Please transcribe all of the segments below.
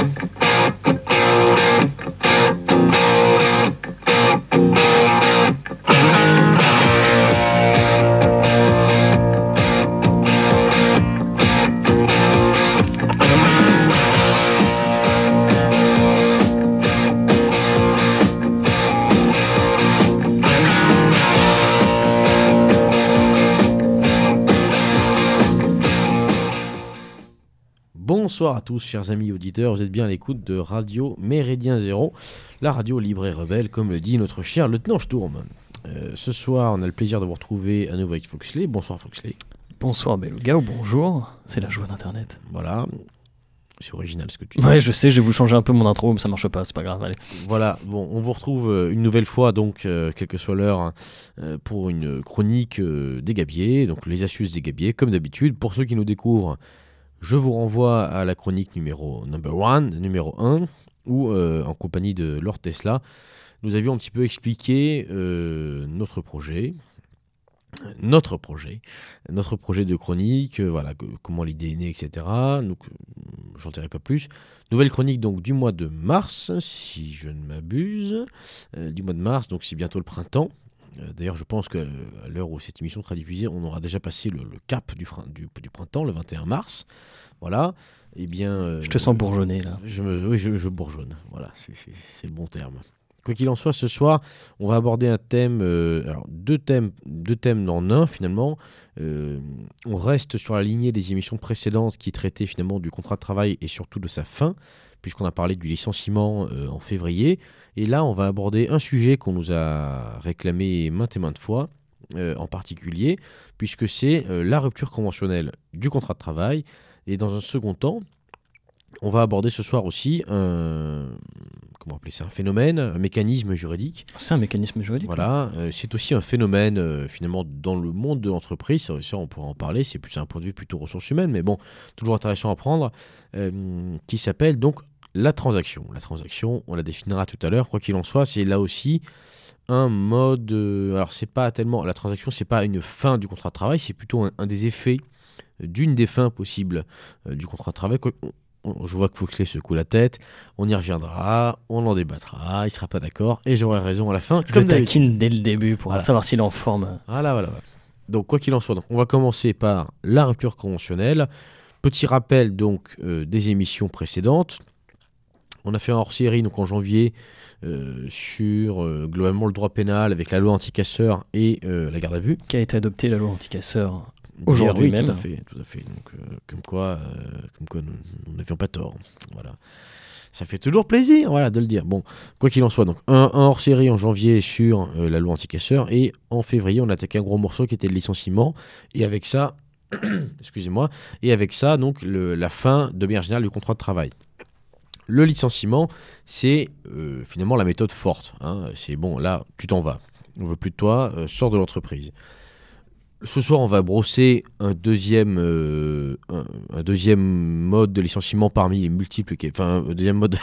Bonsoir à tous, chers amis auditeurs, vous êtes bien à l'écoute de Radio Méridien Zéro, la radio libre et rebelle, comme le dit notre cher lieutenant Sturm. Ce soir, on a le plaisir de vous retrouver à nouveau avec Foxley. Bonsoir Foxley. Bonsoir Beluga, ou bonjour, c'est la joie d'Internet. Voilà, c'est original ce que tu dis. Ouais, je sais, je vais vous changer un peu mon intro, mais ça marche pas, c'est pas grave, allez. Voilà, bon, on vous retrouve une nouvelle fois, donc, quelle que soit l'heure, pour une chronique des gabiers, donc les astuces des gabiers, comme d'habitude. Pour ceux qui nous découvrent, je vous renvoie à la chronique numéro 1, où, en compagnie de Lord Tesla, nous avions un petit peu expliqué notre projet de chronique, voilà, comment l'idée est née, etc. Donc, j'en dirai pas plus. Nouvelle chronique donc du mois de mars, si je ne m'abuse, du mois de mars, donc c'est bientôt le printemps. D'ailleurs, je pense qu'à l'heure où cette émission sera diffusée, on aura déjà passé le cap du printemps, le 21 mars. Voilà. Eh bien, je te sens bourgeonner, là. Oui, je bourgeonne. Voilà, c'est le bon terme. Quoi qu'il en soit, ce soir, on va aborder un thème, alors deux thèmes en un, finalement. On reste sur la lignée des émissions précédentes qui traitaient finalement du contrat de travail et surtout de sa fin, puisqu'on a parlé du licenciement en février. Et là, on va aborder un sujet qu'on nous a réclamé maintes et maintes fois, en particulier, puisque c'est la rupture conventionnelle du contrat de travail. Et dans un second temps, on va aborder ce soir aussi un phénomène, un mécanisme juridique. C'est un mécanisme juridique. Voilà, c'est aussi un phénomène finalement dans le monde de l'entreprise, ça on pourra en parler, c'est un point de vue plutôt ressources humaines, mais bon, toujours intéressant à prendre, qui s'appelle donc la transaction. La transaction, on la définira tout à l'heure, quoi qu'il en soit, c'est là aussi un mode... alors c'est pas tellement... La transaction, c'est pas une fin du contrat de travail, c'est plutôt un des effets d'une des fins possibles du contrat de travail. Je vois que Foxley secoue la tête, on y reviendra, on en débattra, il sera pas d'accord, et j'aurai raison à la fin. Je le taquine dès le début pour savoir s'il est en forme. Voilà. Donc quoi qu'il en soit, donc, on va commencer par la rupture conventionnelle. Petit rappel donc des émissions précédentes. On a fait un hors-série donc en janvier sur globalement le droit pénal avec la loi anti-casseurs et la garde à vue. Qui a été adoptée, la loi anti-casseurs aujourd'hui même. Tout à fait. Donc, comme quoi nous n'avions pas tort. Voilà. Ça fait toujours plaisir, voilà, de le dire. Bon, quoi qu'il en soit, donc un hors-série en janvier sur la loi anti-casseurs, et en février, on a attaqué un gros morceau qui était le licenciement, et avec ça, donc la fin de manière générale du contrat de travail. Le licenciement, c'est finalement la méthode forte. Hein. C'est bon, là, tu t'en vas. On veut plus de toi, sors de l'entreprise. Ce soir, on va brosser un deuxième mode de licenciement parmi les multiples, un deuxième mode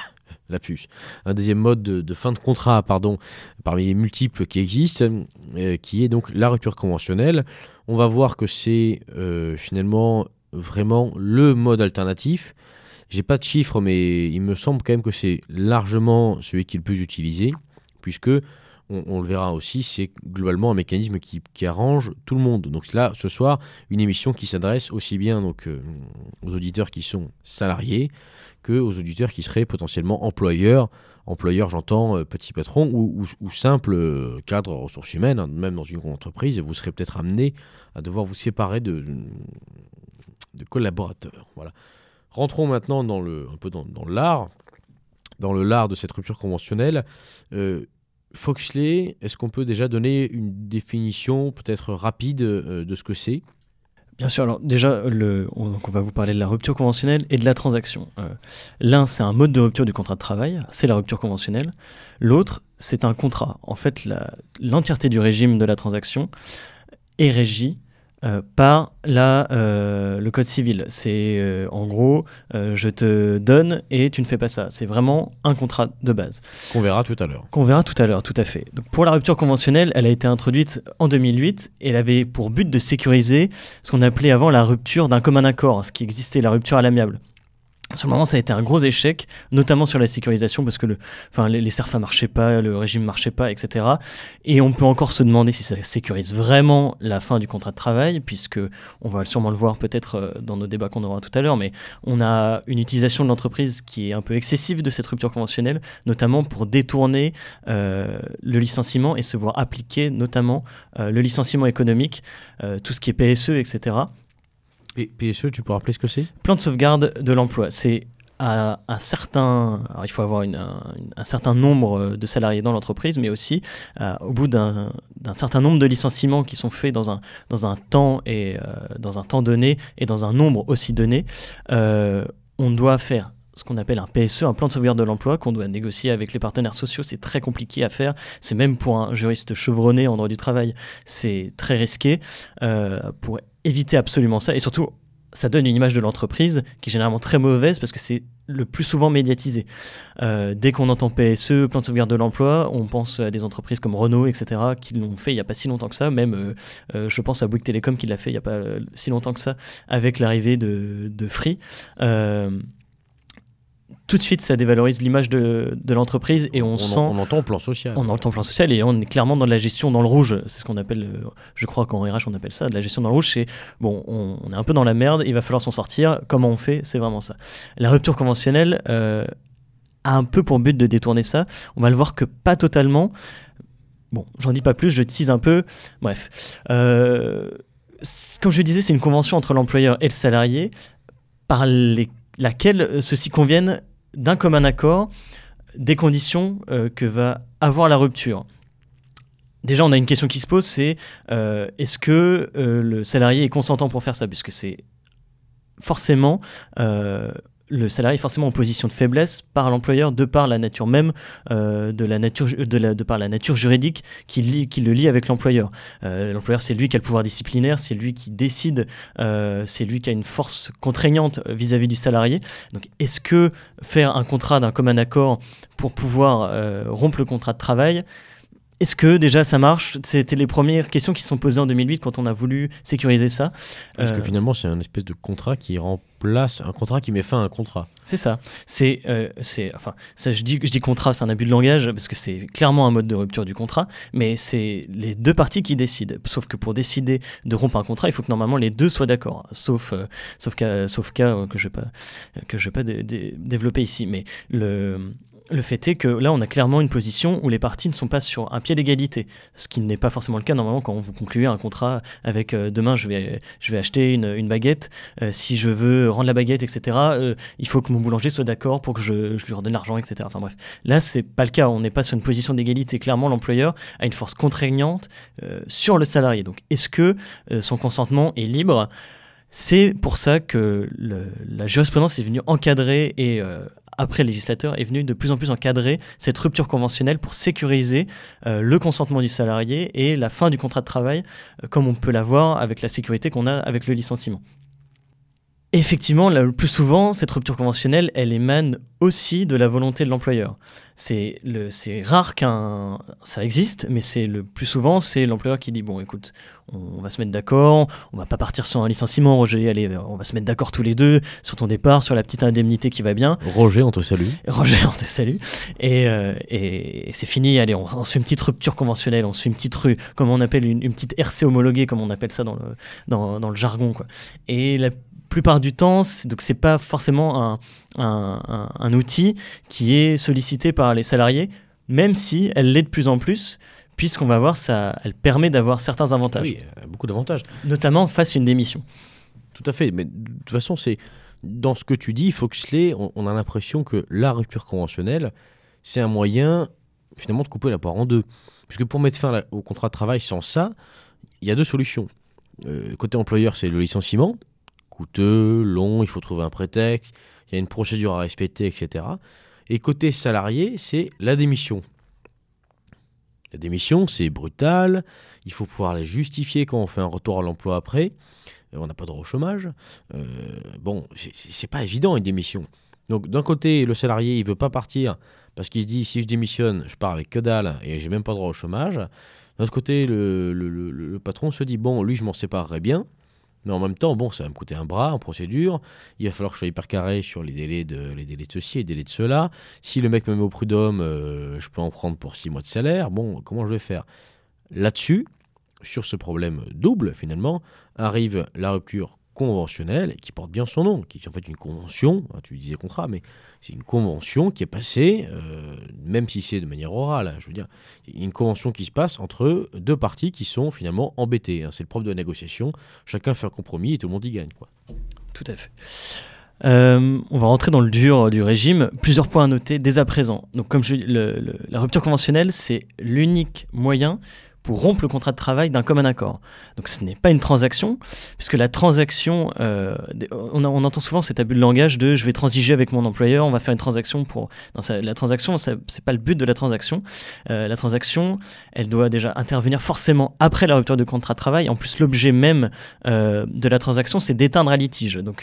de fin de contrat, parmi les multiples qui existent, qui est donc la rupture conventionnelle. On va voir que c'est finalement vraiment le mode alternatif. J'ai pas de chiffres, mais il me semble quand même que c'est largement celui qui est le plus utilisé, puisque on le verra aussi, c'est globalement un mécanisme qui arrange tout le monde. Donc là, ce soir, une émission qui s'adresse aussi bien donc, aux auditeurs qui sont salariés qu'aux auditeurs qui seraient potentiellement employeurs. Employeurs, j'entends petit patron ou simple cadre ressources humaines, hein, même dans une grande entreprise, vous serez peut-être amené à devoir vous séparer de collaborateurs. Voilà. Rentrons maintenant dans l'art de cette rupture conventionnelle. Foxley, est-ce qu'on peut déjà donner une définition peut-être rapide de ce que c'est ? Bien sûr, alors déjà, on va vous parler de la rupture conventionnelle et de la transaction. L'un, c'est un mode de rupture du contrat de travail, c'est la rupture conventionnelle. L'autre, c'est un contrat. En fait, l'entièreté du régime de la transaction est régie par le code civil. C'est en gros, je te donne et tu ne fais pas ça. C'est vraiment un contrat de base. Qu'on verra tout à l'heure, tout à fait. Donc, pour la rupture conventionnelle, elle a été introduite en 2008 et elle avait pour but de sécuriser ce qu'on appelait avant la rupture d'un commun accord, ce qui existait, la rupture à l'amiable. Sur le moment, ça a été un gros échec, notamment sur la sécurisation, parce que les CERFA ne marchaient pas, le régime ne marchait pas, etc. Et on peut encore se demander si ça sécurise vraiment la fin du contrat de travail, puisque on va sûrement le voir peut-être dans nos débats qu'on aura tout à l'heure, mais on a une utilisation de l'entreprise qui est un peu excessive de cette rupture conventionnelle, notamment pour détourner le licenciement et se voir appliquer notamment le licenciement économique, tout ce qui est PSE, etc. Et PSE, tu peux rappeler ce que c'est ? Plan de sauvegarde de l'emploi, c'est à un certain... Alors il faut avoir un certain nombre de salariés dans l'entreprise, mais aussi au bout d'un certain nombre de licenciements qui sont faits dans un temps et dans un temps donné et dans un nombre aussi donné, on doit faire ce qu'on appelle un PSE, un plan de sauvegarde de l'emploi, qu'on doit négocier avec les partenaires sociaux. C'est très compliqué à faire. C'est même pour un juriste chevronné en droit du travail, c'est très risqué pour éviter absolument ça. Et surtout, ça donne une image de l'entreprise qui est généralement très mauvaise parce que c'est le plus souvent médiatisé. Dès qu'on entend PSE, plan de sauvegarde de l'emploi, on pense à des entreprises comme Renault, etc., qui l'ont fait il n'y a pas si longtemps que ça. Même, je pense à Bouygues Télécom qui l'a fait il n'y a pas si longtemps que ça, avec l'arrivée de Free. Tout de suite, ça dévalorise l'image de l'entreprise et on entend plan social. On entend plan social et on est clairement dans de la gestion dans le rouge. C'est ce qu'on appelle, je crois qu'en RH, on appelle ça de la gestion dans le rouge. C'est, bon, on est un peu dans la merde, il va falloir s'en sortir. Comment on fait ? C'est vraiment ça. La rupture conventionnelle a un peu pour but de détourner ça. On va le voir que pas totalement. Bon, j'en dis pas plus, je tease un peu. Bref. Comme je disais, c'est une convention entre l'employeur et le salarié par laquelle ceux-ci conviennent d'un commun accord des conditions que va avoir la rupture. Déjà, on a une question qui se pose, c'est est-ce que le salarié est consentant pour faire ça ? Puisque c'est forcément... le salarié est forcément en position de faiblesse par l'employeur de par la nature même de par la nature juridique qui le lie avec l'employeur. L'employeur, c'est lui qui a le pouvoir disciplinaire, c'est lui qui décide, c'est lui qui a une force contraignante vis-à-vis du salarié. Donc, est-ce que faire un contrat d'un commun accord pour pouvoir rompre le contrat de travail, est-ce que déjà ça marche ? C'était les premières questions qui se sont posées en 2008 quand on a voulu sécuriser ça. Parce que finalement, c'est un espèce de contrat qui remplace un contrat qui met fin à un contrat. C'est ça. Je dis contrat, c'est un abus de langage parce que c'est clairement un mode de rupture du contrat, mais c'est les deux parties qui décident. Sauf que pour décider de rompre un contrat, il faut que normalement les deux soient d'accord. Sauf cas que je vais pas développer ici. Mais le fait est que là, on a clairement une position où les parties ne sont pas sur un pied d'égalité, ce qui n'est pas forcément le cas normalement quand vous concluez un contrat avec demain je vais acheter une baguette, si je veux rendre la baguette, etc. Il faut que mon boulanger soit d'accord pour que je lui redonne l'argent, etc. Enfin bref, là c'est pas le cas, on n'est pas sur une position d'égalité. Clairement, l'employeur a une force contraignante sur le salarié. Donc est-ce que son consentement est libre ? C'est pour ça que la jurisprudence est venue encadrer et après, le législateur est venu de plus en plus encadrer cette rupture conventionnelle pour sécuriser le consentement du salarié et la fin du contrat de travail, comme on peut l'avoir avec la sécurité qu'on a avec le licenciement. Et effectivement, le plus souvent, cette rupture conventionnelle, elle émane aussi de la volonté de l'employeur. C'est rare ça existe, mais le plus souvent, c'est l'employeur qui dit « Bon, écoute, on va se mettre d'accord, on va pas partir sur un licenciement, Roger, allez, on va se mettre d'accord tous les deux sur ton départ, sur la petite indemnité qui va bien. » Roger, on te salue. Roger, on te salue. Et c'est fini, allez, on se fait une petite rupture conventionnelle, on se fait une petite comme on appelle une petite RC homologuée, comme on appelle ça dans le jargon, quoi. Et la plupart du temps, c'est pas forcément un outil qui est sollicité par les salariés, même si elle l'est de plus en plus, puisqu'on va voir, elle permet d'avoir certains avantages. Oui, beaucoup d'avantages. Notamment face à une démission. Tout à fait, mais de toute façon, dans ce que tu dis, Foxley, on a l'impression que la rupture conventionnelle, c'est un moyen, finalement, de couper la poire en deux. Puisque pour mettre fin au contrat de travail sans ça, il y a deux solutions. Côté employeur, c'est le licenciement, coûteux, long, il faut trouver un prétexte, il y a une procédure à respecter, etc. Et côté salarié, c'est la démission. La démission, c'est brutal, il faut pouvoir la justifier quand on fait un retour à l'emploi après, on n'a pas droit au chômage. C'est pas évident une démission. Donc d'un côté, le salarié, il veut pas partir parce qu'il se dit si je démissionne, je pars avec que dalle et j'ai même pas droit au chômage. D'un autre côté, le patron se dit bon, lui, je m'en séparerai bien. Mais en même temps, bon, ça va me coûter un bras en procédure. Il va falloir que je sois hyper carré sur les délais de ceci, les délais de cela. Si le mec me met au prud'homme, je peux en prendre pour 6 mois de salaire. Bon, comment je vais faire? Là-dessus, sur ce problème double, finalement, arrive la rupture conventionnelle, qui porte bien son nom, qui est en fait une convention, tu disais contrat, mais c'est une convention qui est passée, même si c'est de manière orale, je veux dire, une convention qui se passe entre deux parties qui sont finalement embêtées. C'est le propre de la négociation, chacun fait un compromis et tout le monde y gagne, quoi. Tout à fait. On va rentrer dans le dur du régime. Plusieurs points à noter dès à présent. Donc, comme la rupture conventionnelle, c'est l'unique moyen pour rompre le contrat de travail d'un commun accord. Donc ce n'est pas une transaction, puisque la transaction, on entend souvent cet abus de langage de « je vais transiger avec mon employeur, on va faire une transaction pour… » Non, la transaction, c'est pas le but de la transaction. La transaction, elle doit déjà intervenir forcément après la rupture de contrat de travail. En plus, l'objet même de la transaction, c'est d'éteindre un litige. Donc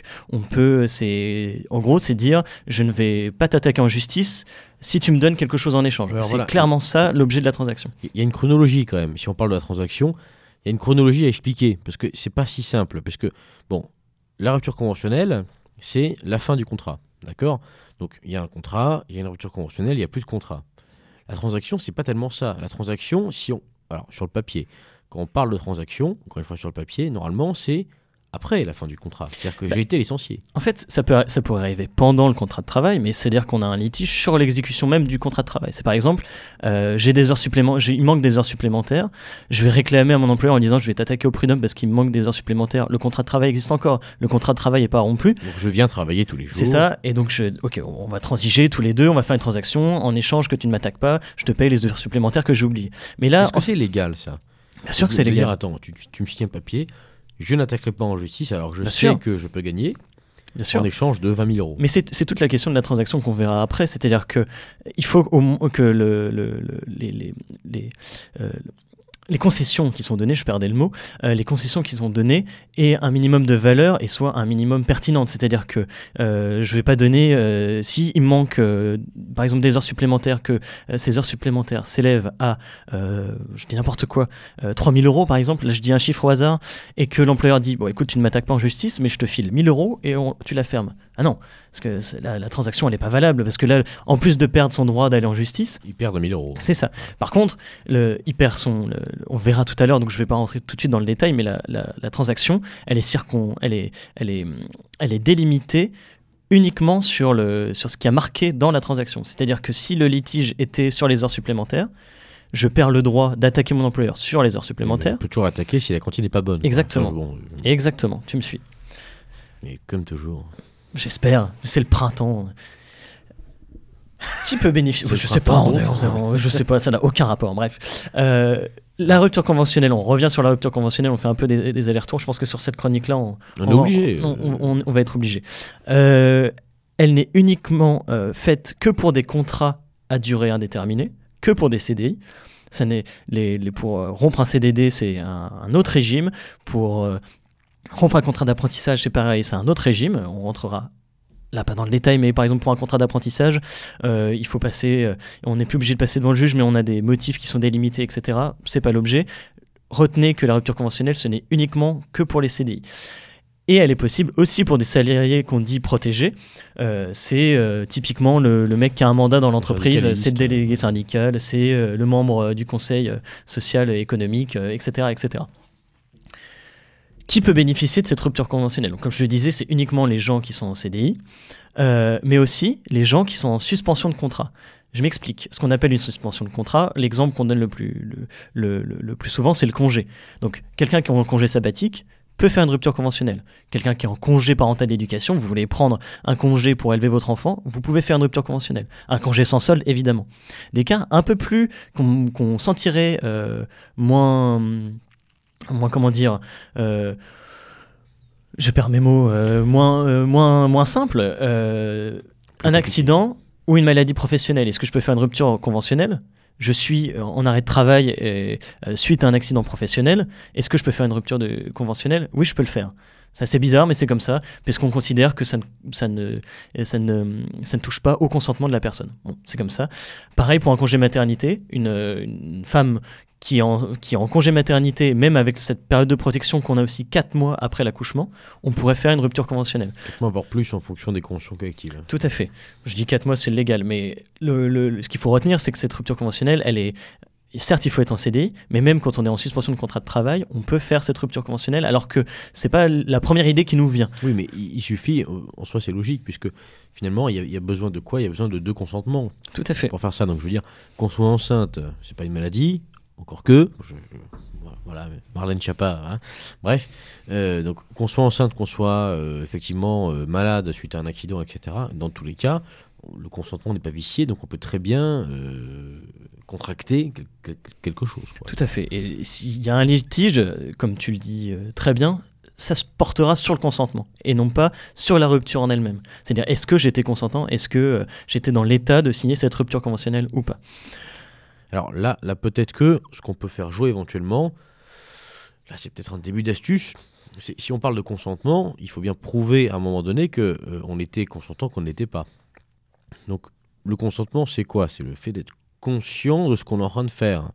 en gros, c'est dire « je ne vais pas t'attaquer en justice », si tu me donnes quelque chose en échange. Alors, c'est clairement ça l'objet de la transaction. Il y a une chronologie quand même. Si on parle de la transaction, il y a une chronologie à expliquer, parce que c'est pas si simple. Parce que, bon, la rupture conventionnelle, c'est la fin du contrat. D'accord ? Donc, il y a un contrat, il y a une rupture conventionnelle, il n'y a plus de contrat. La transaction, c'est pas tellement ça. La transaction, alors, sur le papier, quand on parle de transaction, encore une fois sur le papier, normalement, c'est après la fin du contrat. C'est-à-dire que j'ai été licencié. En fait, ça pourrait arriver pendant le contrat de travail, mais c'est-à-dire qu'on a un litige sur l'exécution même du contrat de travail. C'est par exemple, j'ai des heures supplémentaires, il manque des heures supplémentaires, je vais réclamer à mon employeur en disant je vais t'attaquer au prud'homme parce qu'il me manque des heures supplémentaires. Le contrat de travail existe encore, le contrat de travail n'est pas rompu. Donc je viens travailler tous les jours. C'est ça, et donc on va transiger tous les deux, on va faire une transaction, en échange que tu ne m'attaques pas, je te paye les heures supplémentaires que j'ai oubliées. Mais là, est-ce que c'est légal ça ? Bien sûr que c'est légal. Dire, attends, tu me signes un papier, je n'attaquerai pas en justice alors que je sais que je peux gagner en échange de 20 000 euros. Mais c'est toute la question de la transaction qu'on verra après, c'est-à-dire que il faut que les concessions qui sont données, je perdais le mot, les concessions qui sont données aient un minimum de valeur et soient un minimum pertinente. C'est-à-dire que je ne vais pas donner, s'il me manque par exemple des heures supplémentaires, que ces heures supplémentaires s'élèvent à, je dis n'importe quoi, 3 000 euros par exemple, là je dis un chiffre au hasard, et que l'employeur dit, bon écoute, tu ne m'attaques pas en justice, mais je te file 1 000 euros et tu la fermes. Ah non, parce que la transaction elle n'est pas valable, parce que là, en plus de perdre son droit d'aller en justice, il perd 1 000 euros. C'est ça. Par contre, il perd on verra tout à l'heure, donc je ne vais pas rentrer tout de suite dans le détail, mais la transaction, elle est délimitée uniquement sur ce qui a marqué dans la transaction. C'est-à-dire que si le litige était sur les heures supplémentaires, je perds le droit d'attaquer mon employeur sur les heures supplémentaires. Je peux toujours attaquer si la cantine n'est pas bonne. Exactement. Exactement, tu me suis. Et comme toujours. J'espère, c'est le printemps. Qui peut bénéficier ? Je sais pas, je sais pas, ça n'a aucun rapport. Bref, la rupture conventionnelle, on revient sur la rupture conventionnelle, on fait un peu des allers-retours. Je pense que sur cette chronique-là, on est obligé. On va être obligé. Elle n'est uniquement faite que pour des contrats à durée indéterminée, que pour des CDI. Ça n'est pour rompre un CDD, c'est un autre régime. Pour rompre un contrat d'apprentissage, c'est pareil, c'est un autre régime. On rentrera là pas dans le détail, mais par exemple pour un contrat d'apprentissage, il faut passer, on n'est plus obligé de passer devant le juge, mais on a des motifs qui sont délimités, etc. C'est pas l'objet. Retenez que la rupture conventionnelle, ce n'est uniquement que pour les CDI. Et elle est possible aussi pour des salariés qu'on dit protégés. C'est typiquement le mec qui a un mandat dans l'entreprise, c'est le délégué syndical, c'est le membre du conseil social et économique, etc., etc. Qui peut bénéficier de cette rupture conventionnelle ? Donc, comme je le disais, c'est uniquement les gens qui sont en CDI, mais aussi les gens qui sont en suspension de contrat. Je m'explique. Ce qu'on appelle une suspension de contrat, l'exemple qu'on donne le plus souvent, c'est le congé. Donc, quelqu'un qui est en congé sabbatique peut faire une rupture conventionnelle. Quelqu'un qui est en congé parental d'éducation, vous voulez prendre un congé pour élever votre enfant, vous pouvez faire une rupture conventionnelle. Un congé sans solde, évidemment. Des cas un peu plus qu'on sentirait moins comment dire, je perds mes mots, moins simple, un accident ou une maladie professionnelle. Est-ce que je peux faire une rupture conventionnelle ? Je suis en arrêt de travail suite à un accident professionnel. Est-ce que je peux faire une rupture conventionnelle ? Oui, je peux le faire. C'est assez bizarre, mais c'est comme ça, puisqu'on considère que ça ne touche pas au consentement de la personne. Bon, c'est comme ça. Pareil pour un congé maternité, une femme qui est en congé maternité, même avec cette période de protection qu'on a aussi 4 mois après l'accouchement, on pourrait faire une rupture conventionnelle. 4 mois, voire plus en fonction des conventions collectives. Tout à fait. Je dis 4 mois, c'est légal, mais ce qu'il faut retenir, c'est que cette rupture conventionnelle, elle est... Certes, il faut être en CDI, mais même quand on est en suspension de contrat de travail, on peut faire cette rupture conventionnelle, alors que c'est pas la première idée qui nous vient. Oui, mais il suffit, en soi c'est logique, puisque finalement il y a besoin de quoi ? Il y a besoin de 2 consentements. Tout à fait. Pour faire ça, donc je veux dire, qu'on soit enceinte, c'est pas une maladie, encore que, voilà, Marlène Schiappa, hein. Bref, donc qu'on soit enceinte, qu'on soit effectivement malade suite à un accident, etc., dans tous les cas, le consentement n'est pas vicié, donc on peut très bien contracter quelque chose, quoi. Tout à fait. Et s'il y a un litige, comme tu le dis très bien, ça se portera sur le consentement et non pas sur la rupture en elle-même. C'est-à-dire, est-ce que j'étais consentant ? Est-ce que j'étais dans l'état de signer cette rupture conventionnelle ou pas ? Alors là, peut-être que ce qu'on peut faire jouer éventuellement, là c'est peut-être un début d'astuce. Si on parle de consentement, il faut bien prouver à un moment donné qu'on était consentant, qu'on ne l'était pas. Donc le consentement, c'est quoi ? C'est le fait d'être conscient de ce qu'on est en train de faire.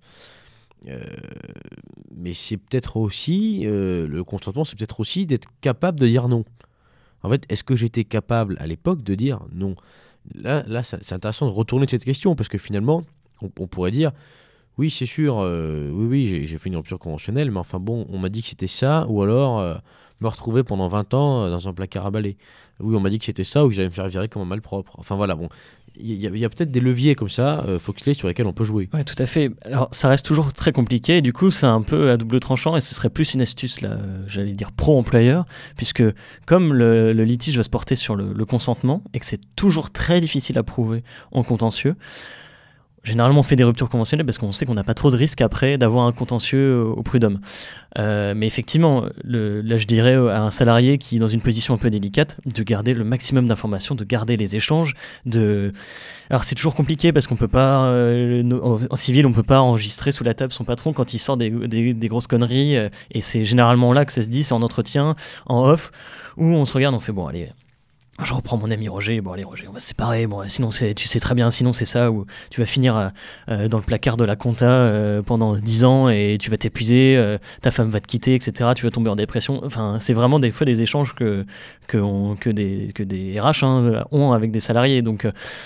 Mais c'est peut-être aussi, le consentement, c'est peut-être aussi d'être capable de dire non. En fait, est-ce que j'étais capable à l'époque de dire non ? Là c'est intéressant de retourner cette question, parce que finalement, on pourrait dire, oui, c'est sûr, oui, j'ai fait une rupture conventionnelle, mais enfin bon, on m'a dit que c'était ça, ou alors me retrouver pendant 20 ans dans un placard à balai. Oui, on m'a dit que c'était ça, ou que j'allais me faire virer comme un malpropre. Enfin voilà, bon, il y a peut-être des leviers comme ça, Foxley, sur lesquels on peut jouer. Oui, tout à fait. Alors, ça reste toujours très compliqué, et du coup, c'est un peu à double tranchant, et ce serait plus une astuce, là, j'allais dire pro-employeur, puisque comme le litige va se porter sur le consentement, et que c'est toujours très difficile à prouver en contentieux, généralement, on fait des ruptures conventionnelles parce qu'on sait qu'on n'a pas trop de risques après d'avoir un contentieux au prud'homme. Mais effectivement, là, je dirais à un salarié qui est dans une position un peu délicate, de garder le maximum d'informations, de garder les échanges. Alors, c'est toujours compliqué parce qu'on peut pas, en civil, on peut pas enregistrer sous la table son patron quand il sort des grosses conneries. Et c'est généralement là que ça se dit, c'est en entretien, en off, où on se regarde, on fait bon, allez. Je reprends mon ami Roger, bon allez Roger, on va se séparer, bon, sinon tu sais très bien, sinon c'est ça, où tu vas finir dans le placard de la compta pendant 10 ans et tu vas t'épuiser, ta femme va te quitter, etc., tu vas tomber en dépression. Enfin, c'est vraiment des fois des échanges que des RH ont avec des salariés, donc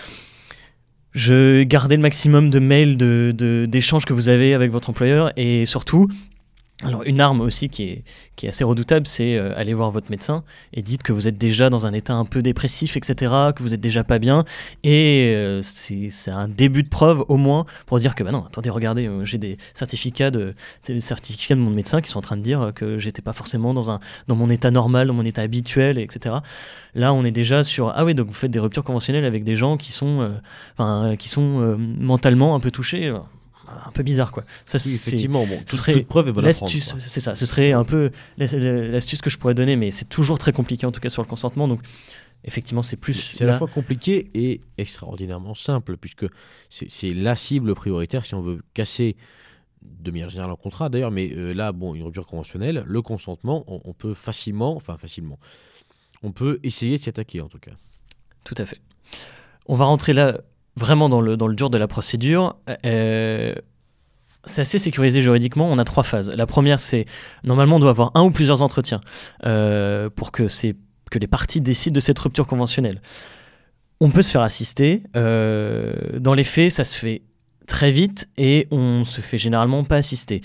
je gardez le maximum de mails, d'échanges que vous avez avec votre employeur, et surtout, alors une arme aussi qui est assez redoutable, c'est aller voir votre médecin et dites que vous êtes déjà dans un état un peu dépressif, etc., que vous êtes déjà pas bien, et c'est un début de preuve au moins pour dire que bah non, attendez, regardez, j'ai des certificats de mon médecin qui sont en train de dire que j'étais pas forcément dans mon état normal, dans mon état habituel, etc. Là, on est déjà sur ah oui, donc vous faites des ruptures conventionnelles avec des gens qui sont mentalement un peu touchés. Un peu bizarre, quoi. Ça, oui, effectivement, bon, toute preuve est bonne à prendre. C'est ça, ce serait un peu l'astuce que je pourrais donner, mais c'est toujours très compliqué en tout cas sur le consentement, donc effectivement c'est plus... C'est à la fois compliqué et extraordinairement simple, puisque c'est la cible prioritaire si on veut casser de manière générale un contrat d'ailleurs, mais là, bon, une rupture conventionnelle, le consentement, on peut facilement, on peut essayer de s'y attaquer en tout cas. Tout à fait. On va rentrer là vraiment dans le dur de la procédure. C'est assez sécurisé juridiquement, on a 3 phases. La première, c'est, normalement, on doit avoir un ou plusieurs entretiens pour que les parties décident de cette rupture conventionnelle. On peut se faire assister. Dans les faits, ça se fait très vite et on se fait généralement pas assister.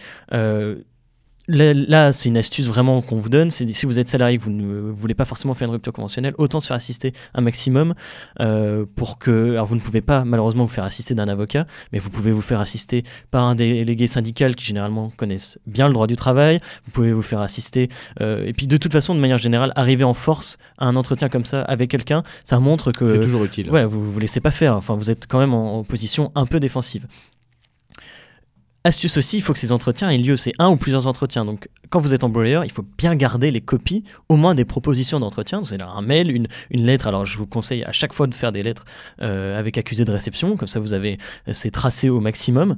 Là, c'est une astuce vraiment qu'on vous donne. C'est si vous êtes salarié, que vous ne voulez pas forcément faire une rupture conventionnelle, autant se faire assister un maximum pour que... Alors, vous ne pouvez pas, malheureusement, vous faire assister d'un avocat, mais vous pouvez vous faire assister par un délégué syndical qui, généralement, connaissent bien le droit du travail. Vous pouvez vous faire assister... et puis, de toute façon, de manière générale, arriver en force à un entretien comme ça avec quelqu'un, ça montre que... C'est toujours utile. Ouais, vous ne vous laissez pas faire. Enfin, vous êtes quand même en position un peu défensive. Astuce aussi, il faut que ces entretiens aient lieu, c'est un ou plusieurs entretiens. Donc, quand vous êtes employeur, il faut bien garder les copies, au moins des propositions d'entretien. C'est-à-dire un mail, une lettre. Alors, je vous conseille à chaque fois de faire des lettres avec accusé de réception. Comme ça, c'est tracé au maximum.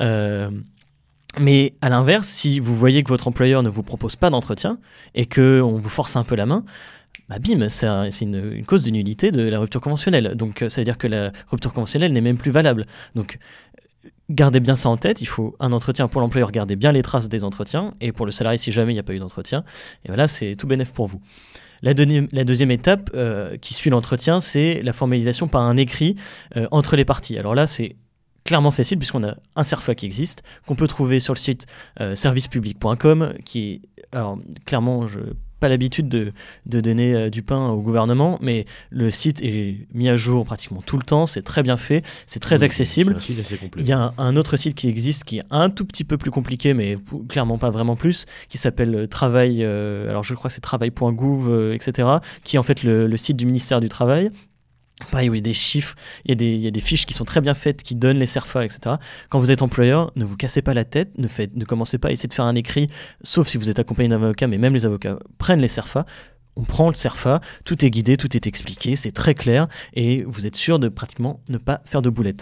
Mais à l'inverse, si vous voyez que votre employeur ne vous propose pas d'entretien et qu'on vous force un peu la main, bah bim, c'est une cause de nullité de la rupture conventionnelle. Donc, ça veut dire que la rupture conventionnelle n'est même plus valable. Donc, gardez bien ça en tête. Il faut un entretien pour l'employeur, gardez bien les traces des entretiens. Et pour le salarié, si jamais il n'y a pas eu d'entretien, et voilà, c'est tout bénef pour vous. La deuxième étape qui suit l'entretien, c'est la formalisation par un écrit entre les parties. Alors là, c'est clairement facile puisqu'on a un CERFA qui existe, qu'on peut trouver sur le site servicepublic.com, qui est, alors clairement, je n'ai pas l'habitude de donner du pain au gouvernement, mais le site est mis à jour pratiquement tout le temps, c'est très bien fait, c'est très accessible. C'est un site assez complet. Il y a un autre site qui existe qui est un tout petit peu plus compliqué, mais clairement pas vraiment plus, qui s'appelle Travail, alors je crois que c'est travail.gouv, etc., qui est en fait le site du ministère du Travail. Pareil, oui, des chiffres, il y a des fiches qui sont très bien faites, qui donnent les CERFA, etc. Quand vous êtes employeur, ne vous cassez pas la tête, ne commencez pas à essayer de faire un écrit, sauf si vous êtes accompagné d'un avocat, mais même les avocats prennent les CERFA. On prend le CERFA, tout est guidé, tout est expliqué, c'est très clair, et vous êtes sûr de pratiquement ne pas faire de boulettes.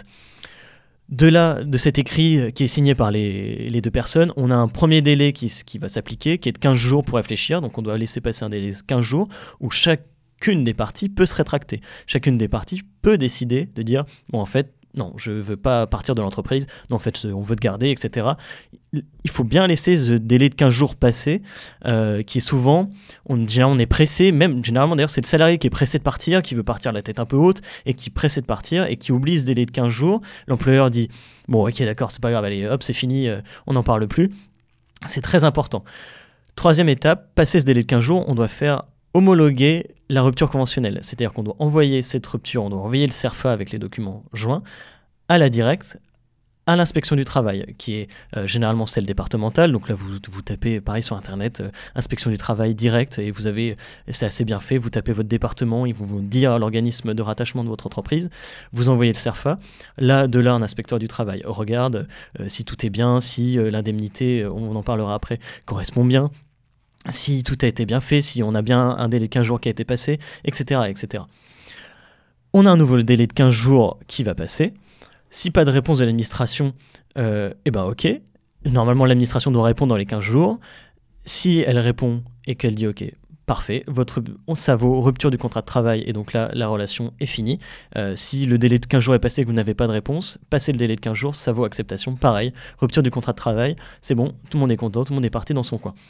De cet écrit qui est signé par les deux personnes, on a un premier délai qui va s'appliquer, qui est de 15 jours pour réfléchir, donc on doit laisser chacune un délai de 15 jours, où chacune des parties peut se rétracter. Chacune des parties peut décider de dire « bon, en fait, non, je ne veux pas partir de l'entreprise, non, en fait, on veut te garder, etc. » Il faut bien laisser ce délai de 15 jours passer, qui est souvent, on est pressé, même généralement d'ailleurs, c'est le salarié qui est pressé de partir, qui veut partir la tête un peu haute, et qui est pressé de partir, et qui oublie ce délai de 15 jours. L'employeur dit « bon, ok, d'accord, c'est pas grave, allez, hop, c'est fini, on n'en parle plus. » C'est très important. Troisième étape, passer ce délai de 15 jours, on doit faire homologuer la rupture conventionnelle. C'est-à-dire qu'on doit envoyer cette rupture, on doit envoyer le CERFA avec les documents joints à la directe, à l'inspection du travail, qui est généralement celle départementale. Donc là, vous tapez, pareil sur Internet, inspection du travail directe, et c'est assez bien fait, vous tapez votre département, ils vont vous dire l'organisme de rattachement de votre entreprise, vous envoyez le CERFA. De là, un inspecteur du travail regarde si tout est bien, si l'indemnité, on en parlera après, correspond bien, si tout a été bien fait, si on a bien un délai de 15 jours qui a été passé, etc., etc. On a un nouveau délai de 15 jours qui va passer. Si pas de réponse de l'administration, ok. Normalement, l'administration doit répondre dans les 15 jours. Si elle répond et qu'elle dit ok, parfait, ça vaut rupture du contrat de travail, et donc là, la relation est finie. Si le délai de 15 jours est passé et que vous n'avez pas de réponse, passez le délai de 15 jours, ça vaut acceptation. Pareil, rupture du contrat de travail, c'est bon, tout le monde est content, tout le monde est parti dans son coin.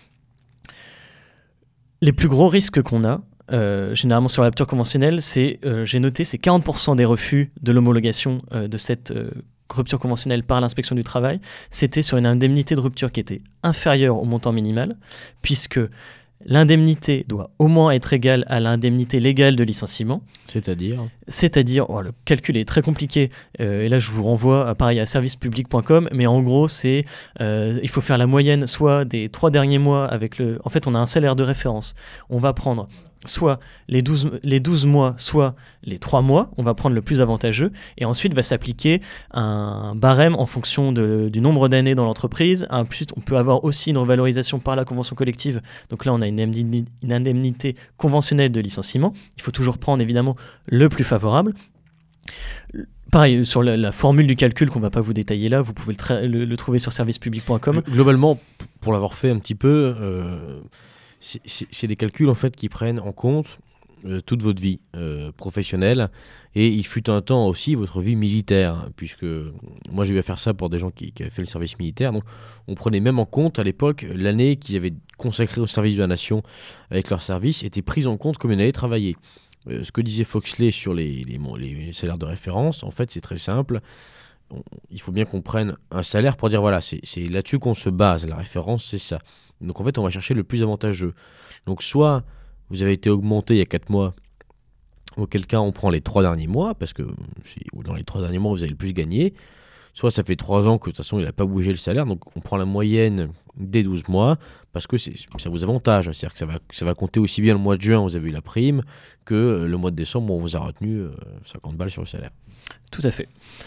Les plus gros risques qu'on a, généralement sur la rupture conventionnelle, j'ai noté, c'est 40% des refus de l'homologation de cette rupture conventionnelle par l'inspection du travail. C'était sur une indemnité de rupture qui était inférieure au montant minimal, puisque l'indemnité doit au moins être égale à l'indemnité légale de licenciement. C'est-à-dire, le calcul est très compliqué, et là je vous renvoie pareil à servicepublic.com, mais en gros il faut faire la moyenne soit des 3 derniers mois en fait on a un salaire de référence, on va prendre soit les 12 mois, soit les 3 mois, on va prendre le plus avantageux, et ensuite va s'appliquer un barème en fonction du nombre d'années dans l'entreprise. Ensuite, on peut avoir aussi une revalorisation par la convention collective, donc là on a une indemnité conventionnelle de licenciement. Il faut toujours prendre évidemment le plus favorable. Pareil, sur la formule du calcul qu'on ne va pas vous détailler là, vous pouvez le trouver sur servicepublic.com. Globalement, pour l'avoir fait un petit peu... C'est des calculs en fait qui prennent en compte toute votre vie professionnelle, et il fut un temps aussi votre vie militaire, puisque moi j'ai eu à faire ça pour des gens qui avaient fait le service militaire. Donc on prenait même en compte à l'époque l'année qu'ils avaient consacrée au service de la nation avec leur service était prise en compte comme une année travaillée. Ce que disait Foxley sur les salaires de référence, en fait c'est très simple. Il faut bien qu'on prenne un salaire pour dire voilà, c'est là-dessus qu'on se base, la référence c'est ça. Donc en fait on va chercher le plus avantageux. Donc soit vous avez été augmenté il y a 4 mois, auquel cas on prend les 3 derniers mois, parce que dans les 3 derniers mois vous avez le plus gagné, soit ça fait 3 ans que de toute façon il n'a pas bougé le salaire, donc on prend la moyenne des 12 mois, parce que ça vous avantage, c'est-à-dire que ça va compter aussi bien le mois de juin, vous avez eu la prime, que le mois de décembre, on vous a retenu 50 balles sur le salaire. Tout à fait.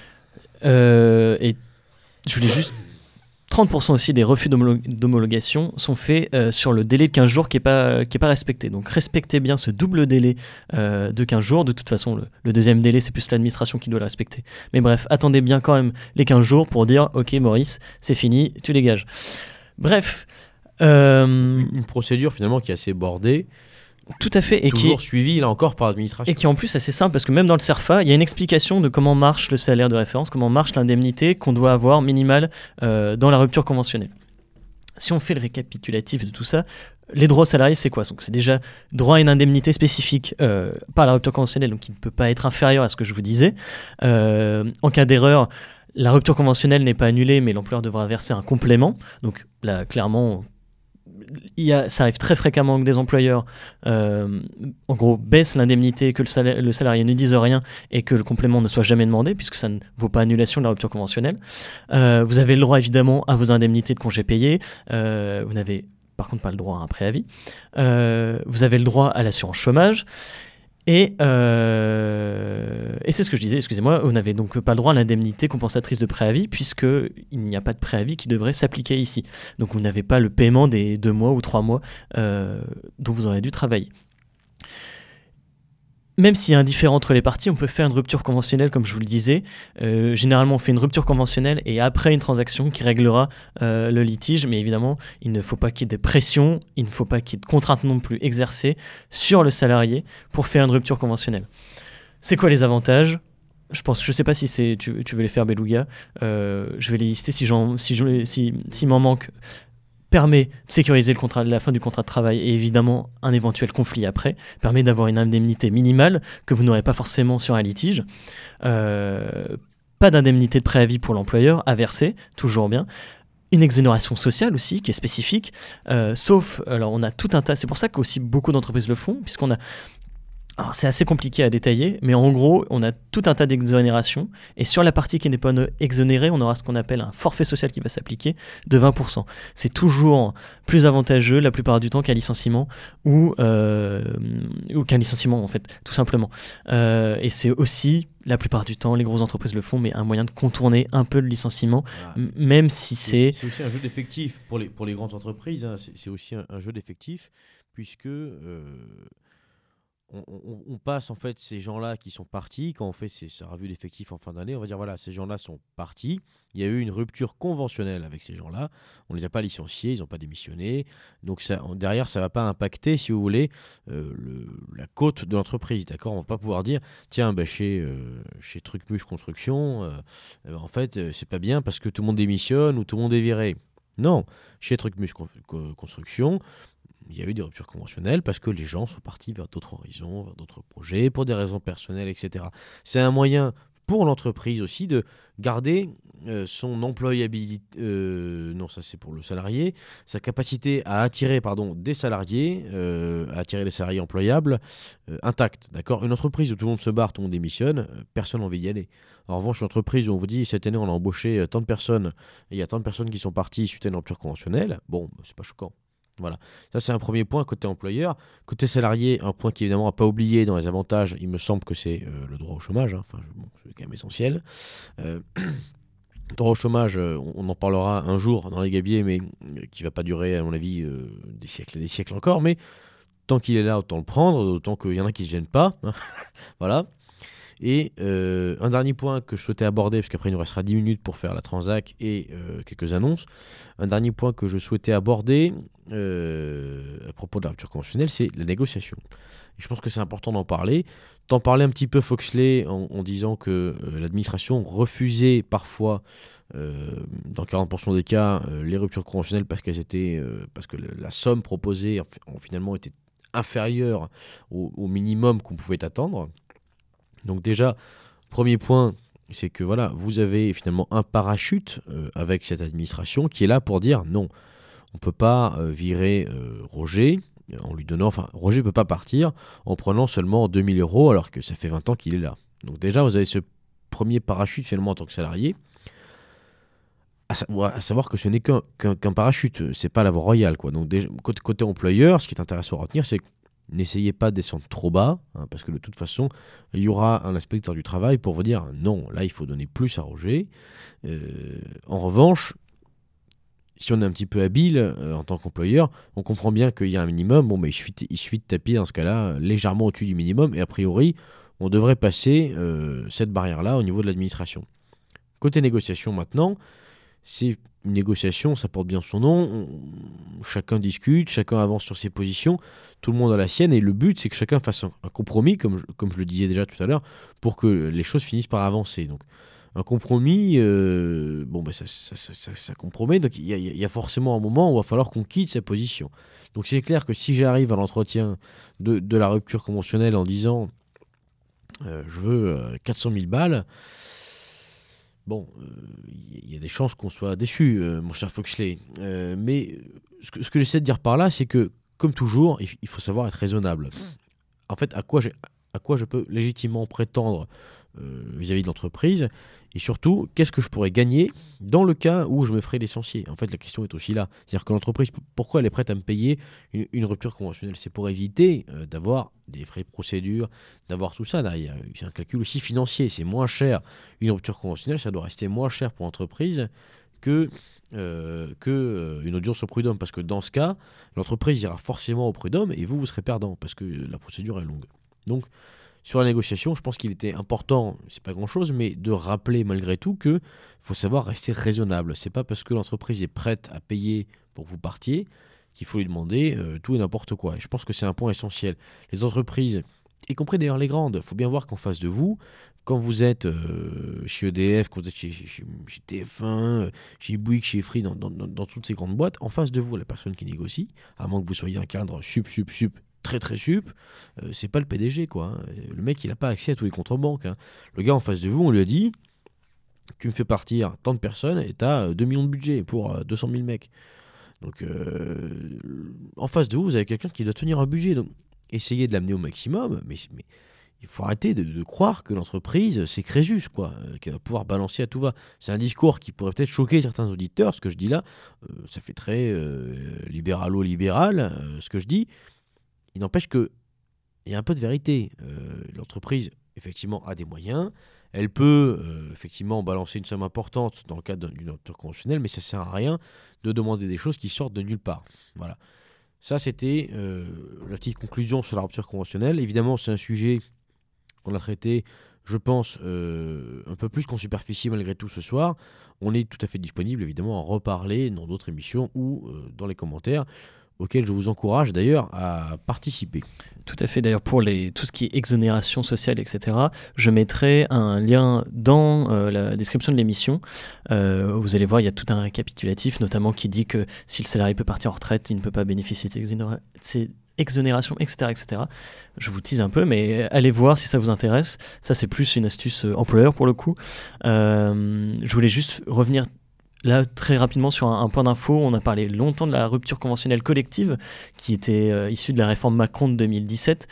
Et je voulais juste... 30% aussi des refus d'homologation sont faits sur le délai de 15 jours qui est pas respecté. Donc respectez bien ce double délai de 15 jours. De toute façon, le deuxième délai, c'est plus l'administration qui doit le respecter. Mais bref, attendez bien quand même les 15 jours pour dire « Ok Maurice, c'est fini, tu dégages ». Bref. Une procédure finalement qui est assez bordée. Tout à fait. Toujours suivi, là encore, par l'administration. Et qui en plus assez simple, parce que même dans le CERFA, il y a une explication de comment marche le salaire de référence, comment marche l'indemnité qu'on doit avoir minimale dans la rupture conventionnelle. Si on fait le récapitulatif de tout ça, les droits salariés, c'est quoi? Donc, c'est déjà droit à une indemnité spécifique par la rupture conventionnelle, donc qui ne peut pas être inférieur à ce que je vous disais. En cas d'erreur, la rupture conventionnelle n'est pas annulée, mais l'employeur devra verser un complément. Donc là, clairement, ça arrive très fréquemment que des employeurs, en gros, baissent l'indemnité, que le salarié ne dise rien et que le complément ne soit jamais demandé, puisque ça ne vaut pas annulation de la rupture conventionnelle. Vous avez le droit, évidemment, à vos indemnités de congés payés. Vous n'avez par contre pas le droit à un préavis. Vous avez le droit à l'assurance chômage. Et c'est ce que je disais, excusez-moi, vous n'avez donc pas le droit à l'indemnité compensatrice de préavis, puisqu'il n'y a pas de préavis qui devrait s'appliquer ici. Donc vous n'avez pas le paiement des 2 mois ou 3 mois dont vous aurez dû travailler. Même s'il y a un différend entre les parties, on peut faire une rupture conventionnelle, comme je vous le disais. Généralement, on fait une rupture conventionnelle et après une transaction qui réglera le litige. Mais évidemment, il ne faut pas qu'il y ait de pression, il ne faut pas qu'il y ait de contraintes non plus exercées sur le salarié pour faire une rupture conventionnelle. C'est quoi les avantages ? Je sais pas si tu veux les faire, Beluga. Je vais les lister s'il m'en manque. Permet de sécuriser la fin du contrat de travail et évidemment un éventuel conflit après, permet d'avoir une indemnité minimale que vous n'aurez pas forcément sur un litige, pas d'indemnité de préavis pour l'employeur à verser, toujours bien, une exonération sociale aussi qui est spécifique, sauf, alors on a tout un tas, c'est pour ça qu'aussi beaucoup d'entreprises le font, puisqu'on a... Alors, c'est assez compliqué à détailler, mais en gros, on a tout un tas d'exonérations. Et sur la partie qui n'est pas exonérée, on aura ce qu'on appelle un forfait social qui va s'appliquer de 20%. C'est toujours plus avantageux la plupart du temps qu'un licenciement ou qu'un licenciement, en fait, tout simplement. Et c'est aussi, la plupart du temps, les grosses entreprises le font, mais un moyen de contourner un peu le licenciement, même si c'est... C'est aussi un jeu d'effectifs pour les grandes entreprises. Hein. C'est aussi un jeu d'effectifs, puisque... On passe en fait ces gens-là qui sont partis, quand on fait sa revue d'effectifs en fin d'année, on va dire voilà, ces gens-là sont partis, il y a eu une rupture conventionnelle avec ces gens-là, on ne les a pas licenciés, ils n'ont pas démissionné, donc derrière ça ne va pas impacter, si vous voulez, la cote de l'entreprise, d'accord? On ne va pas pouvoir dire, tiens, chez Trucmuche Construction, en fait, c'est pas bien parce que tout le monde démissionne ou tout le monde est viré. Non, chez Trucmuche Construction, il y a eu des ruptures conventionnelles parce que les gens sont partis vers d'autres horizons, vers d'autres projets, pour des raisons personnelles, etc. C'est un moyen pour l'entreprise aussi de garder son employabilité, non ça c'est pour le salarié, sa capacité à attirer des salariés, à attirer les salariés employables intacte. D'accord ? Une entreprise où tout le monde se barre, tout le monde démissionne, personne n'a envie d'y aller. En revanche, une entreprise où on vous dit cette année on a embauché tant de personnes et il y a tant de personnes qui sont parties suite à une rupture conventionnelle, c'est pas choquant. Voilà, ça c'est un premier point côté employeur. Côté salarié, un point qui évidemment à pas oublier dans les avantages, il me semble que c'est le droit au chômage, hein. C'est quand même essentiel. Le droit au chômage, on en parlera un jour dans les gabiers, mais qui va pas durer à mon avis des siècles et des siècles encore, mais tant qu'il est là, autant le prendre, autant qu'il y en a qui se gênent pas, hein. Voilà. Et un dernier point que je souhaitais aborder, parce qu'après il nous restera 10 minutes pour faire la transac et quelques annonces. Un dernier point que je souhaitais aborder à propos de la rupture conventionnelle, c'est la négociation. Et je pense que c'est important d'en parler. T'en parlais un petit peu, Foxley, en disant que l'administration refusait parfois, dans 40% des cas, les ruptures conventionnelles parce que la somme proposée finalement était inférieure au minimum qu'on pouvait attendre. Donc déjà, premier point, c'est que voilà, vous avez finalement un parachute avec cette administration qui est là pour dire non, on ne peut pas virer Roger en lui donnant, Roger ne peut pas partir en prenant seulement 2 000 € alors que ça fait 20 ans qu'il est là. Donc déjà, vous avez ce premier parachute finalement en tant que salarié, à savoir que ce n'est qu'un parachute, c'est pas la voie royale, quoi. Donc déjà, côté employeur, ce qui est intéressant à retenir, c'est que n'essayez pas de descendre trop bas, hein, parce que de toute façon, il y aura un inspecteur du travail pour vous dire non, là il faut donner plus à Roger. En revanche, si on est un petit peu habile en tant qu'employeur, on comprend bien qu'il y a un minimum, il suffit de taper dans ce cas-là légèrement au-dessus du minimum, et a priori, on devrait passer cette barrière-là au niveau de l'administration. Côté négociation maintenant, c'est une négociation, ça porte bien son nom. Chacun discute, chacun avance sur ses positions, tout le monde a la sienne, et le but, c'est que chacun fasse un compromis, comme je le disais déjà tout à l'heure, pour que les choses finissent par avancer. Donc, un compromis, ça compromet. Donc, il y a forcément un moment où il va falloir qu'on quitte sa position. Donc, c'est clair que si j'arrive à l'entretien de la rupture conventionnelle en disant je veux 400 000 balles, bon, il y a des chances qu'on soit déçu, mon cher Foxley. Mais ce que j'essaie de dire par là, c'est que, comme toujours, il faut savoir être raisonnable. En fait, à quoi je peux légitimement prétendre vis-à-vis de l'entreprise, et surtout, qu'est-ce que je pourrais gagner dans le cas où je me ferais licencier. En fait, la question est aussi là. C'est-à-dire que l'entreprise, pourquoi elle est prête à me payer une rupture conventionnelle? C'est pour éviter d'avoir des frais de procédure, d'avoir tout ça. C'est un calcul aussi financier. C'est moins cher. Une rupture conventionnelle, ça doit rester moins cher pour l'entreprise que une audience au prud'homme. Parce que dans ce cas, l'entreprise ira forcément au prud'homme et vous serez perdant parce que la procédure est longue. Donc, sur la négociation, je pense qu'il était important, c'est pas grand-chose, mais de rappeler malgré tout qu'il faut savoir rester raisonnable. C'est pas parce que l'entreprise est prête à payer pour que vous partiez qu'il faut lui demander tout et n'importe quoi. Et je pense que c'est un point essentiel. Les entreprises, y compris d'ailleurs les grandes, il faut bien voir qu'en face de vous, quand vous êtes chez EDF, quand vous êtes chez TF1, chez Bouygues, chez Free, dans toutes ces grandes boîtes, en face de vous, la personne qui négocie, à moins que vous soyez un cadre sup, très très sup, c'est pas le PDG quoi. Le mec il a pas accès à tous les comptes en banque. Le gars en face de vous, on lui a dit tu me fais partir tant de personnes et t'as 2 millions de budget pour 200 000 mecs. Donc en face de vous, vous avez quelqu'un qui doit tenir un budget. Donc essayez de l'amener au maximum, mais il faut arrêter de croire que l'entreprise c'est Crésus quoi, qu'elle va pouvoir balancer à tout va. C'est un discours qui pourrait peut-être choquer certains auditeurs, ce que je dis là, ça fait très libéralo-libéral ce que je dis. Il n'empêche qu'il y a un peu de vérité. L'entreprise, effectivement, a des moyens. Elle peut, effectivement, balancer une somme importante dans le cadre d'une rupture conventionnelle, mais ça ne sert à rien de demander des choses qui sortent de nulle part. Voilà. Ça, c'était la petite conclusion sur la rupture conventionnelle. Évidemment, c'est un sujet qu'on a traité, je pense, un peu plus qu'en superficie malgré tout ce soir. On est tout à fait disponible, évidemment, à en reparler dans d'autres émissions ou dans les commentaires, auquel je vous encourage d'ailleurs à participer. Tout à fait, d'ailleurs pour tout ce qui est exonération sociale, etc., je mettrai un lien dans la description de l'émission. Vous allez voir, il y a tout un récapitulatif, notamment qui dit que si le salarié peut partir en retraite, il ne peut pas bénéficier de ces exonérations, etc. Je vous tease un peu, mais allez voir si ça vous intéresse. Ça, c'est plus une astuce employeur pour le coup. Je voulais juste revenir là, très rapidement, sur un point d'info. On a parlé longtemps de la rupture conventionnelle collective qui était issue de la réforme Macron de 2017.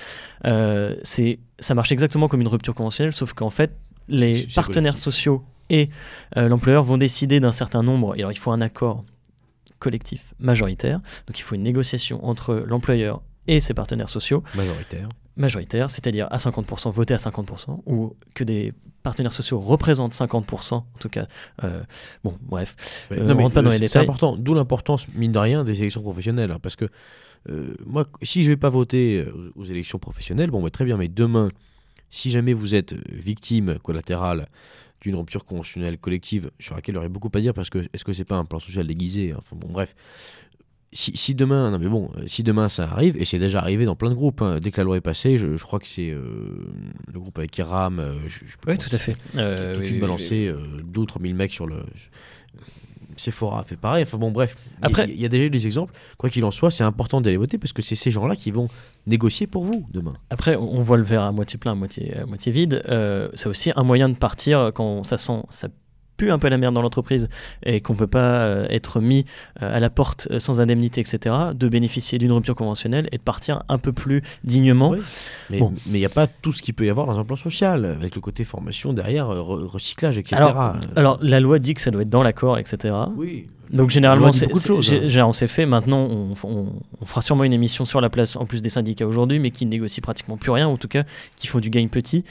Ça marche exactement comme une rupture conventionnelle, sauf qu'en fait, les partenaires sociaux et l'employeur vont décider d'un certain nombre. Et alors, il faut un accord collectif majoritaire. Donc, il faut une négociation entre l'employeur et ses partenaires sociaux. Majoritaire, c'est-à-dire à 50%, voté à 50%, ou que des partenaires sociaux représentent 50%, en tout cas. Bon, bref, on ne rentre pas dans les détails. C'est important, d'où l'importance, mine de rien, des élections professionnelles. Parce que moi, si je ne vais pas voter aux élections professionnelles, bon, très bien, mais demain, si jamais vous êtes victime collatérale d'une rupture conventionnelle collective, sur laquelle il y aurait beaucoup à dire, parce que est-ce que c'est pas un plan social déguisé? Enfin bon, bref. Si demain, si demain ça arrive, et c'est déjà arrivé dans plein de groupes, dès que la loi est passée, je crois que c'est le groupe avec Iram, oui, tout à fait. Qui a tout de suite balancé 2 ou 3 000 mecs sur le... Sephora fait pareil, enfin bon bref, il y a déjà eu des exemples. Quoi qu'il en soit, c'est important d'aller voter parce que c'est ces gens-là qui vont négocier pour vous demain. Après, on voit le verre à moitié plein, à moitié vide. C'est aussi un moyen de partir quand ça pue un peu la merde dans l'entreprise et qu'on ne veut pas être mis à la porte sans indemnité, etc., de bénéficier d'une rupture conventionnelle et de partir un peu plus dignement. Oui, mais il n'y a pas tout ce qu'il peut y avoir dans un plan social, avec le côté formation derrière, recyclage, etc. Alors, la loi dit que ça doit être dans l'accord, etc. Oui. Donc généralement, on s'est fait. Maintenant, on fera sûrement une émission sur la place, en plus des syndicats aujourd'hui, mais qui négocient pratiquement plus rien, en tout cas, qui font du gain petit.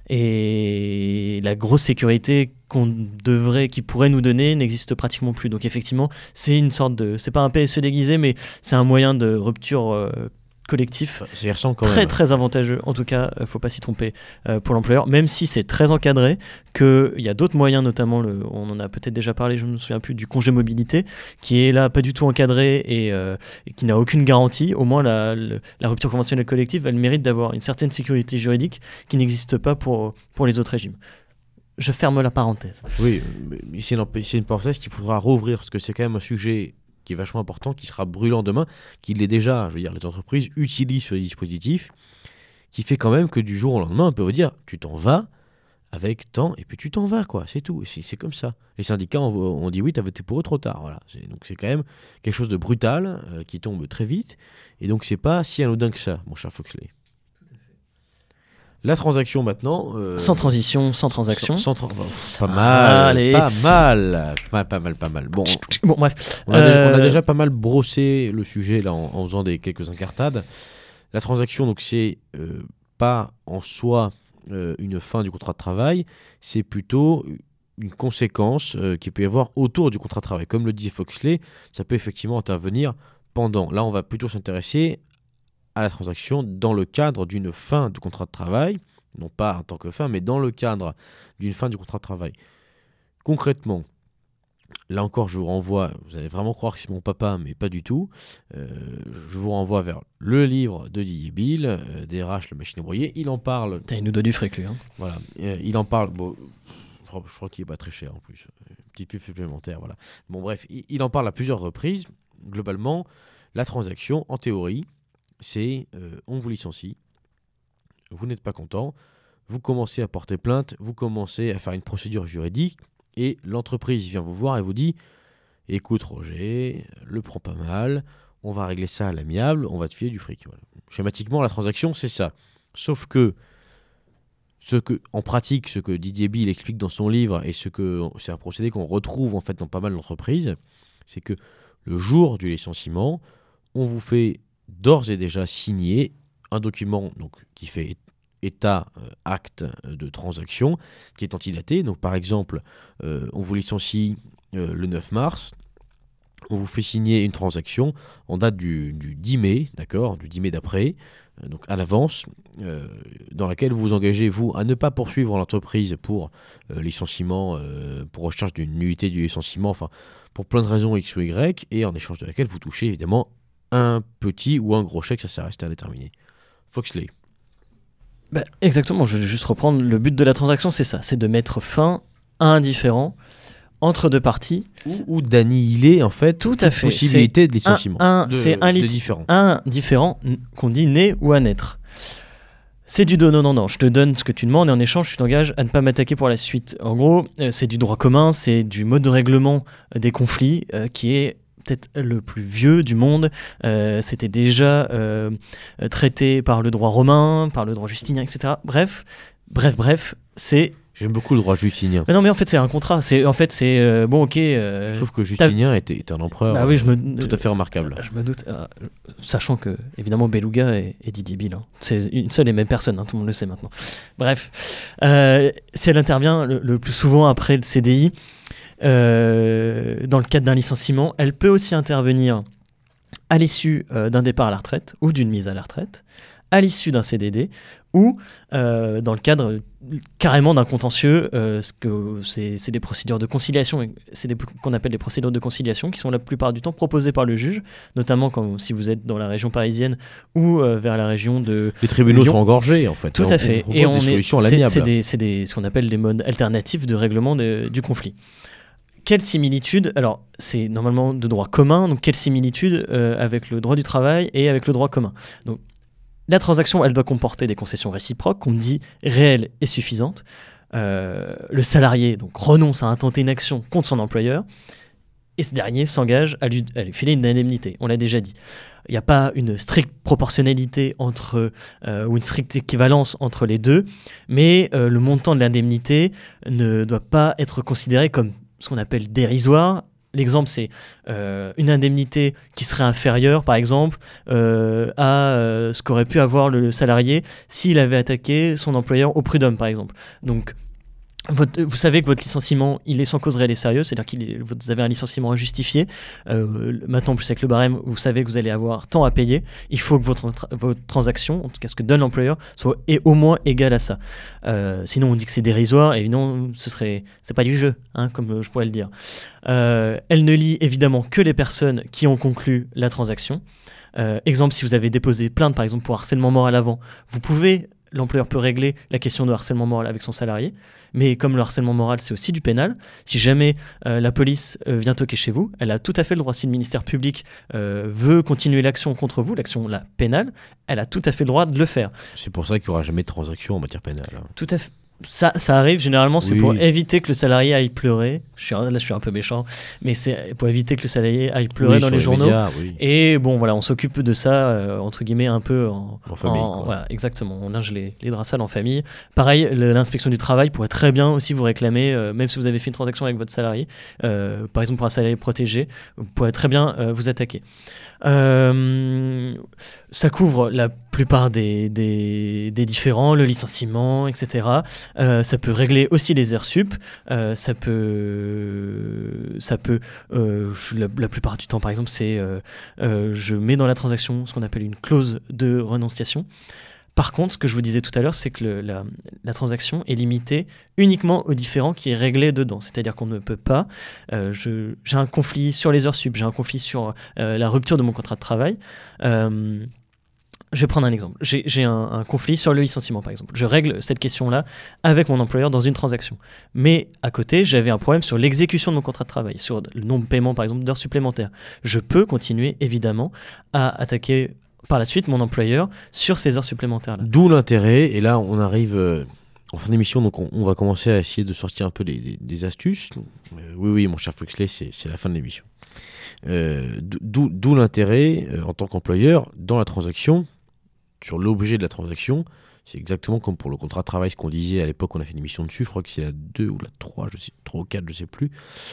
Et la grosse sécurité qui pourrait nous donner n'existe pratiquement plus. Donc effectivement, c'est une sorte c'est pas un PSE déguisé, mais c'est un moyen de rupture collectif C'est récent quand même. très avantageux. En tout cas, faut pas s'y tromper pour l'employeur, même si c'est très encadré, qu'il y a d'autres moyens, notamment, on en a peut-être déjà parlé, je ne me souviens plus, du congé mobilité, qui est là pas du tout encadré et qui n'a aucune garantie. Au moins, la rupture conventionnelle collective, elle mérite d'avoir une certaine sécurité juridique qui n'existe pas pour les autres régimes. Je ferme la parenthèse. Oui, mais c'est une parenthèse qu'il faudra rouvrir parce que c'est quand même un sujet qui est vachement important, qui sera brûlant demain, qui l'est déjà. Je veux dire, les entreprises utilisent ce dispositif qui fait quand même que du jour au lendemain, on peut vous dire, tu t'en vas avec temps et puis tu t'en vas, quoi. C'est tout. C'est comme ça. Les syndicats ont dit oui, t'as voté pour eux trop tard. Voilà. Donc c'est quand même quelque chose de brutal qui tombe très vite. Et donc c'est pas si anodin que ça, mon cher Foxley. La transaction maintenant. Sans transition, sans transaction. Pas mal. Allez. Pas mal. Bon, Bref. on a déjà pas mal brossé le sujet là en faisant quelques incartades. La transaction, donc, c'est pas en soi une fin du contrat de travail, c'est plutôt une conséquence qu'il peut y avoir autour du contrat de travail. Comme le disait Foxley, ça peut effectivement intervenir pendant. Là, on va plutôt s'intéresser à la transaction dans le cadre d'une fin de contrat de travail, non pas en tant que fin, mais dans le cadre d'une fin du contrat de travail. Concrètement, là encore, je vous renvoie, vous allez vraiment croire que c'est mon papa, mais pas du tout. Je vous renvoie vers le livre de Didier Bill, DRH, la machine à broyer. Il en parle. Il nous doit du fric, lui. Hein. Voilà, il en parle. Bon, je crois qu'il n'est pas très cher en plus. Petit peu supplémentaire, voilà. Bon, bref, il en parle à plusieurs reprises. Globalement, la transaction, en théorie, c'est on vous licencie, vous n'êtes pas content, vous commencez à porter plainte, vous commencez à faire une procédure juridique et l'entreprise vient vous voir et vous dit écoute Roger, le prends pas mal, on va régler ça à l'amiable, on va te filer du fric. Voilà. Schématiquement, la transaction, c'est ça. Sauf que en pratique, ce que Didier Bill explique dans son livre et c'est un procédé qu'on retrouve en fait dans pas mal d'entreprises, c'est que le jour du licenciement, on vous fait d'ores et déjà signer un document donc, qui fait état, acte de transaction, qui est antidaté. Donc par exemple, on vous licencie le 9 mars, on vous fait signer une transaction en date du 10 mai, d'accord, du 10 mai d'après, donc à l'avance, dans laquelle vous vous engagez, vous, à ne pas poursuivre l'entreprise pour licenciement, pour recherche d'une nullité du licenciement, enfin, pour plein de raisons X ou Y, et en échange de laquelle vous touchez évidemment un petit ou un gros chèque, ça reste à déterminer. Foxley. Exactement, je vais juste reprendre. Le but de la transaction, c'est ça, c'est de mettre fin à un différend entre deux parties. Ou d'annihiler en fait toute possibilité de licenciement. C'est un différend qu'on dit né ou à naître. C'est du non, je te donne ce que tu demandes et en échange, tu t'engages à ne pas m'attaquer pour la suite. En gros, c'est du droit commun, c'est du mode de règlement des conflits qui est peut-être le plus vieux du monde. C'était déjà traité par le droit romain, par le droit justinien, etc. Bref, c'est... J'aime beaucoup le droit justinien. Mais non, mais en fait, c'est un contrat. Bon, ok. Je trouve que Justinien était un empereur tout à fait remarquable. Je me doute. Sachant que, évidemment, Beluga et Didier Bill, hein, c'est une seule et même personne, hein, tout le monde le sait maintenant. Bref. Si elle intervient le plus souvent après le CDI, dans le cadre d'un licenciement, elle peut aussi intervenir à l'issue d'un départ à la retraite ou d'une mise à la retraite, à l'issue d'un CDD ou dans le cadre carrément d'un contentieux, c'est des procédures de conciliation, qu'on appelle des procédures de conciliation qui sont la plupart du temps proposées par le juge, notamment si vous êtes dans la région parisienne ou vers la région de les tribunaux Lyon. Sont engorgés en fait. Tout à fait. Et c'est ce qu'on appelle des modes alternatifs de règlement du conflit. Quelle similitude? Alors, c'est normalement de droit commun, donc quelle similitude avec le droit du travail et avec le droit commun? Donc, la transaction, elle doit comporter des concessions réciproques, qu'on dit réelles et suffisantes. Le salarié donc, renonce à intenter une action contre son employeur, et ce dernier s'engage à lui filer une indemnité, on l'a déjà dit. Il n'y a pas une stricte proportionnalité ou une stricte équivalence entre les deux, mais le montant de l'indemnité ne doit pas être considéré comme ce qu'on appelle dérisoire. L'exemple, c'est une indemnité qui serait inférieure, par exemple, à ce qu'aurait pu avoir le salarié s'il avait attaqué son employeur au prud'homme, par exemple. Donc, Vous savez que votre licenciement, il est sans cause réelle et sérieuse, c'est-à-dire vous avez un licenciement injustifié. Maintenant, en plus avec le barème, vous savez que vous allez avoir tant à payer. Il faut que votre transaction, en tout cas ce que donne l'employeur, soit au moins égale à ça. Sinon, on dit que c'est dérisoire, et non, c'est pas du jeu, hein, comme je pourrais le dire. Elle ne lie évidemment que les personnes qui ont conclu la transaction. Exemple, si vous avez déposé plainte, par exemple, pour harcèlement moral avant, l'employeur peut régler la question de harcèlement moral avec son salarié, mais comme le harcèlement moral, c'est aussi du pénal, si jamais la police vient toquer chez vous, elle a tout à fait le droit, si le ministère public veut continuer l'action contre vous, l'action pénale, elle a tout à fait le droit de le faire. C'est pour ça qu'il n'y aura jamais de transaction en matière pénale. Tout à fait. Ça arrive, généralement, c'est pour éviter que le salarié aille pleurer. Je suis un peu méchant, mais c'est pour éviter que le salarié aille pleurer dans les journaux. Médias, Et bon, voilà, on s'occupe de ça, entre guillemets, un peu en famille. Voilà, exactement, on linge les draps sales en famille. Pareil, l'inspection du travail pourrait très bien aussi vous réclamer, même si vous avez fait une transaction avec votre salarié, par exemple pour un salarié protégé, vous pourrez très bien vous attaquer. Ça couvre la plupart des différends, le licenciement, etc. Ça peut régler aussi les heures sup. Ça peut la plupart du temps, par exemple, c'est je mets dans la transaction ce qu'on appelle une clause de renonciation. Par contre, ce que je vous disais tout à l'heure, c'est que la transaction est limitée uniquement aux différends qui est réglé dedans. C'est-à-dire qu'on ne peut pas... j'ai un conflit sur les heures sup, j'ai un conflit sur la rupture de mon contrat de travail. Je vais prendre un exemple. J'ai un conflit sur le licenciement, par exemple. Je règle cette question-là avec mon employeur dans une transaction. Mais à côté, j'avais un problème sur l'exécution de mon contrat de travail, sur le non-paiement, par exemple, d'heures supplémentaires. Je peux continuer, évidemment, à attaquer par la suite mon employeur sur ces heures supplémentaires-là. D'où l'intérêt, et là on arrive en fin d'émission, donc on va commencer à essayer de sortir un peu des astuces. Oui, mon cher Foxley, c'est la fin de l'émission. D'où l'intérêt en tant qu'employeur dans la transaction, sur l'objet de la transaction. C'est exactement comme pour le contrat de travail, ce qu'on disait à l'époque, on a fait une émission dessus, je crois que c'est la 2 ou la 3, 3 ou 4, je ne sais plus.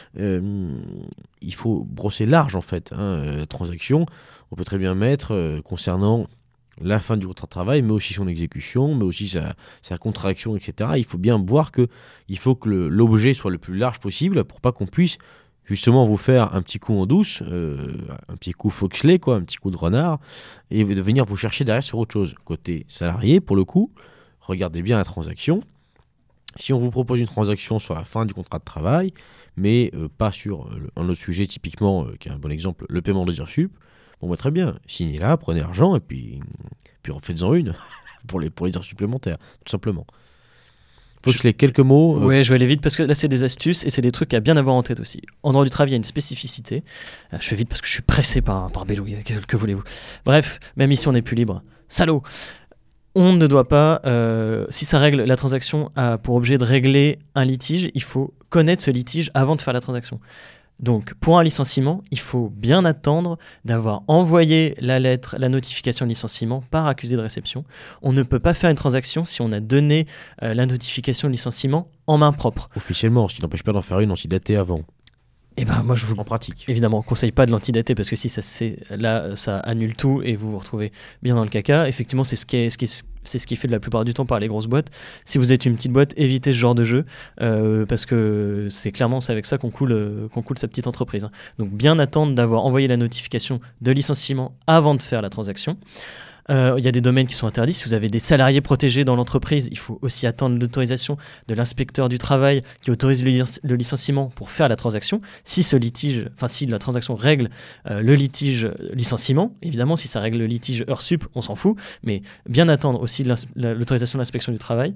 Il faut brosser large en fait, la transaction. On peut très bien mettre concernant la fin du contrat de travail, mais aussi son exécution, mais aussi sa contraction, etc. Il faut bien voir qu'il faut que l'objet soit le plus large possible pour pas qu'on puisse justement vous faire un petit coup en douce, un petit coup Foxley, quoi, un petit coup de renard, et de venir vous chercher derrière sur autre chose. Côté salarié, pour le coup, regardez bien la transaction. Si on vous propose une transaction sur la fin du contrat de travail, mais pas sur un autre sujet typiquement, qui est un bon exemple, le paiement des heures sup, bon, très bien, signez-la, prenez l'argent, et puis refaites-en une pour les heures supplémentaires, tout simplement. Foxley, quelques mots. Ouais, je vais aller vite parce que là, c'est des astuces et c'est des trucs à bien avoir en tête aussi. En droit du travail, il y a une spécificité. Je fais vite parce que je suis pressé par Bélouille. Que voulez-vous ? Bref, même ici, on n'est plus libre. Salaud ! On ne doit pas, si ça règle la transaction a pour objet de régler un litige, il faut connaître ce litige avant de faire la transaction. Donc, pour un licenciement, il faut bien attendre d'avoir envoyé la lettre, la notification de licenciement par accusé de réception. On ne peut pas faire une transaction si on a donné la notification de licenciement en main propre. Officiellement, ce qui n'empêche pas d'en faire une antidatée avant. Et ben moi je vous en pratique. Évidemment, conseille pas de l'antidater parce que si ça annule tout et vous vous retrouvez bien dans le caca. Effectivement, c'est ce qui est fait de la plupart du temps par les grosses boîtes. Si vous êtes une petite boîte, évitez ce genre de jeu parce que c'est avec ça qu'on coule sa petite entreprise. Hein. Donc bien attendre d'avoir envoyé la notification de licenciement avant de faire la transaction. Il y a des domaines qui sont interdits. Si vous avez des salariés protégés dans l'entreprise, il faut aussi attendre l'autorisation de l'inspecteur du travail qui autorise le licenciement pour faire la transaction. Si la transaction règle le litige licenciement, évidemment, si ça règle le litige heure sup, on s'en fout, mais bien attendre aussi l'autorisation de l'inspection du travail.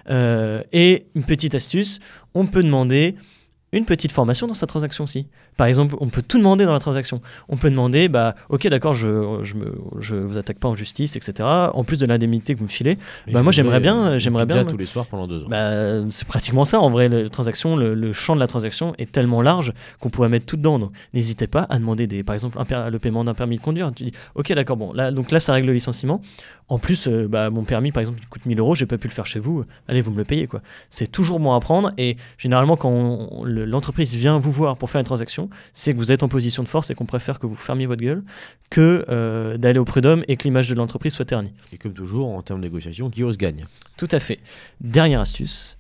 Et une petite astuce, on peut demander une petite formation dans sa transaction aussi. Par exemple, on peut tout demander dans la transaction. On peut demander, ok, d'accord, je vous attaque pas en justice, etc. En plus de l'indemnité que vous me filez, moi j'aimerais bien. tous les soirs pendant 2 ans. C'est pratiquement ça. En vrai, le champ de la transaction est tellement large qu'on pourrait mettre tout dedans. Donc, n'hésitez pas à demander par exemple, le paiement d'un permis de conduire. Tu dis, ok, d'accord, donc là, ça règle le licenciement. En plus, mon permis, par exemple, il coûte 1 000 €, j'ai pas pu le faire chez vous. Allez, vous me le payez, quoi. C'est toujours bon à prendre. Et généralement, quand l'entreprise vient vous voir pour faire une transaction, c'est que vous êtes en position de force et qu'on préfère que vous fermiez votre gueule que d'aller au prud'homme et que l'image de l'entreprise soit ternie. Et comme toujours, en termes de négociation, qui ose gagne. Tout à fait. Dernière astuce,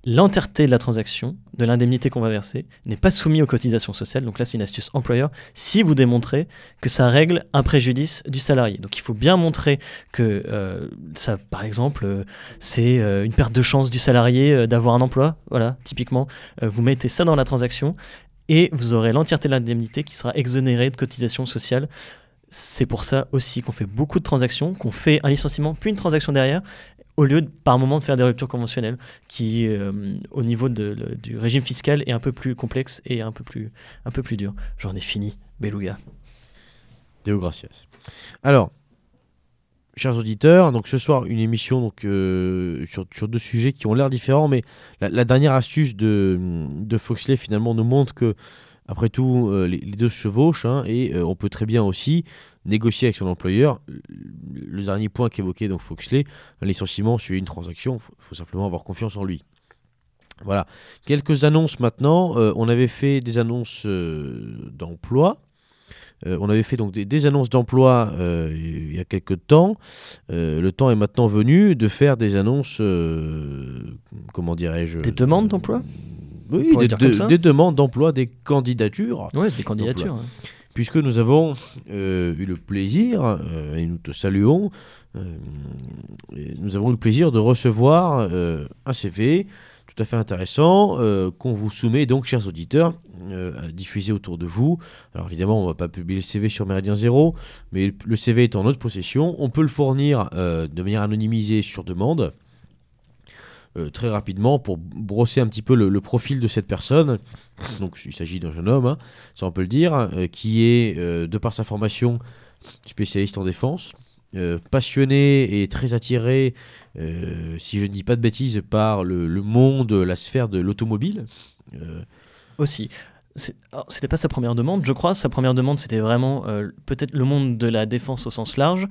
l'entièreté de la transaction, de l'indemnité qu'on va verser, n'est pas soumise aux cotisations sociales. Donc là, c'est une astuce employeur. Si vous démontrez que ça règle un préjudice du salarié. Donc il faut bien montrer que ça, par exemple, c'est une perte de chance du salarié d'avoir un emploi. Voilà, typiquement, vous mettez ça dans la transaction et vous aurez l'entièreté de l'indemnité qui sera exonérée de cotisations sociales. C'est pour ça aussi qu'on fait beaucoup de transactions, qu'on fait un licenciement puis une transaction derrière, au lieu par moment de faire des ruptures conventionnelles qui, au niveau du régime fiscal, est un peu plus complexe et un peu plus dur. J'en ai fini, Beluga. Deo gracias. Alors, chers auditeurs, donc ce soir, une émission donc, sur 2 sujets qui ont l'air différents, mais la dernière astuce de Foxley, finalement, nous montre que, après tout, les 2 se chevauchent, hein, et on peut très bien aussi négocier avec son employeur. Le dernier point qu'évoquait donc Foxley, un licenciement sur une transaction, il faut simplement avoir confiance en lui. Voilà. Quelques annonces maintenant. On avait fait des annonces d'emploi. On avait fait donc des annonces d'emploi il y a quelques temps. Le temps est maintenant venu de faire des annonces, comment dirais-je, des demandes d'emploi. Oui, des demandes d'emploi, des candidatures. Oui, des candidatures. Ouais. Puisque nous avons eu le plaisir, et nous te saluons, nous avons eu le plaisir de recevoir un CV tout à fait intéressant qu'on vous soumet donc, chers auditeurs, à diffuser autour de vous. Alors évidemment, on ne va pas publier le CV sur Méridien Zéro, mais le CV est en notre possession. On peut le fournir de manière anonymisée sur demande. Très rapidement pour brosser un petit peu le profil de cette personne. Donc il s'agit d'un jeune homme, hein, ça on peut le dire, qui est, de par sa formation, spécialiste en défense, passionné et très attiré, si je ne dis pas de bêtises, par le monde, la sphère de l'automobile. Aussi. C'était pas sa première demande, je crois. Sa première demande, c'était vraiment peut-être le monde de la défense au sens large.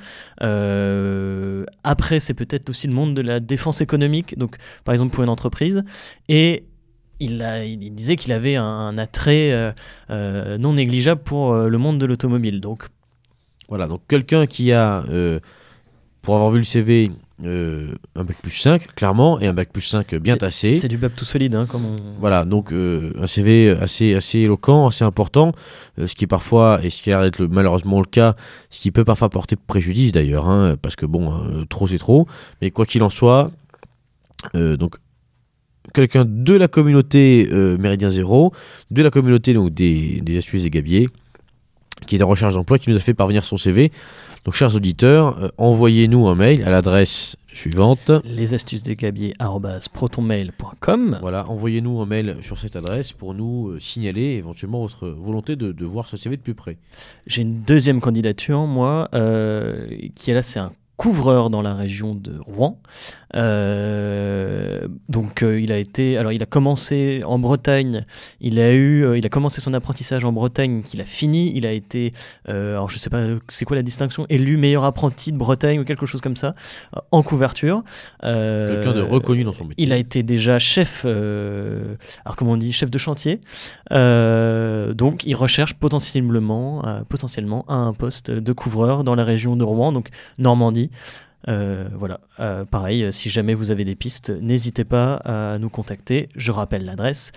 Après, c'est peut-être aussi le monde de la défense économique, donc par exemple pour une entreprise. Et il disait qu'il avait un attrait non négligeable pour le monde de l'automobile. Donc voilà, donc quelqu'un qui a, pour avoir vu le CV, un bac plus 5, clairement, et un bac plus 5 bien tassé. C'est du bac tout solide, hein, comme on... Voilà, donc un CV assez éloquent, assez important, ce qui est parfois, et ce qui a l'air d'être malheureusement le cas, ce qui peut parfois porter préjudice d'ailleurs, hein, parce que bon, trop c'est trop, mais quoi qu'il en soit, donc quelqu'un de la communauté Méridien Zéro, de la communauté donc des astuces et gabiers, qui est en recherche d'emploi, qui nous a fait parvenir son CV. Donc, chers auditeurs, envoyez-nous un mail à l'adresse suivante. lesastusdesgabiers@protonmail.com. Voilà, envoyez-nous un mail sur cette adresse pour nous signaler éventuellement votre volonté de voir ce CV de plus près. J'ai une deuxième candidature, moi, qui est là, c'est un couvreur dans la région de Rouen. Donc il a commencé en Bretagne, il a commencé son apprentissage en Bretagne, qu'il a fini, il a été, alors je sais pas c'est quoi la distinction, élu meilleur apprenti de Bretagne ou quelque chose comme ça, en couverture. Quelqu'un de reconnu dans son métier. Il a été déjà chef, alors comment on dit, chef de chantier. Donc il recherche potentiellement un poste de couvreur dans la région de Rouen, donc Normandie. Voilà, pareil, si jamais vous avez des pistes, n'hésitez pas à nous contacter. Je rappelle l'adresse,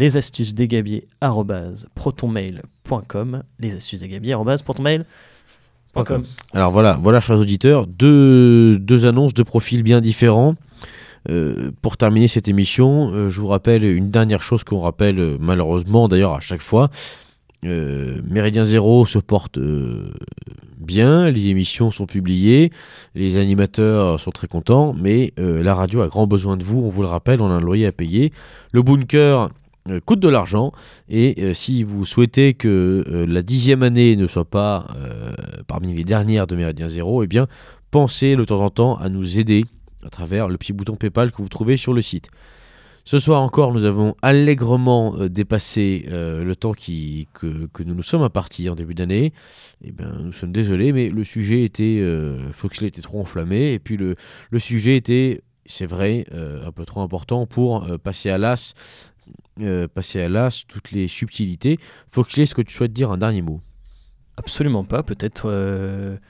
lesastusdesgabiers@protonmail.com, lesastusdesgabiers@protonmail.com. Alors voilà, chers auditeurs, deux annonces de profils bien différents. Pour terminer cette émission, je vous rappelle une dernière chose qu'on rappelle malheureusement d'ailleurs à chaque fois. Méridien Zéro se porte bien, les émissions sont publiées, les animateurs sont très contents, mais la radio a grand besoin de vous, on vous le rappelle, on a un loyer à payer. Le bunker coûte de l'argent, et si vous souhaitez que la 10e année ne soit pas parmi les dernières de Méridien Zéro, eh bien pensez de temps en temps à nous aider à travers le petit bouton PayPal que vous trouvez sur le site. Ce soir encore, nous avons allègrement dépassé le temps que nous nous sommes impartis en début d'année. Eh bien, nous sommes désolés, mais le sujet était... Foxley était trop enflammé, et puis le sujet était, c'est vrai, un peu trop important pour passer à l'as toutes les subtilités. Foxley, est-ce que tu souhaites dire un dernier mot ? Absolument pas, peut-être...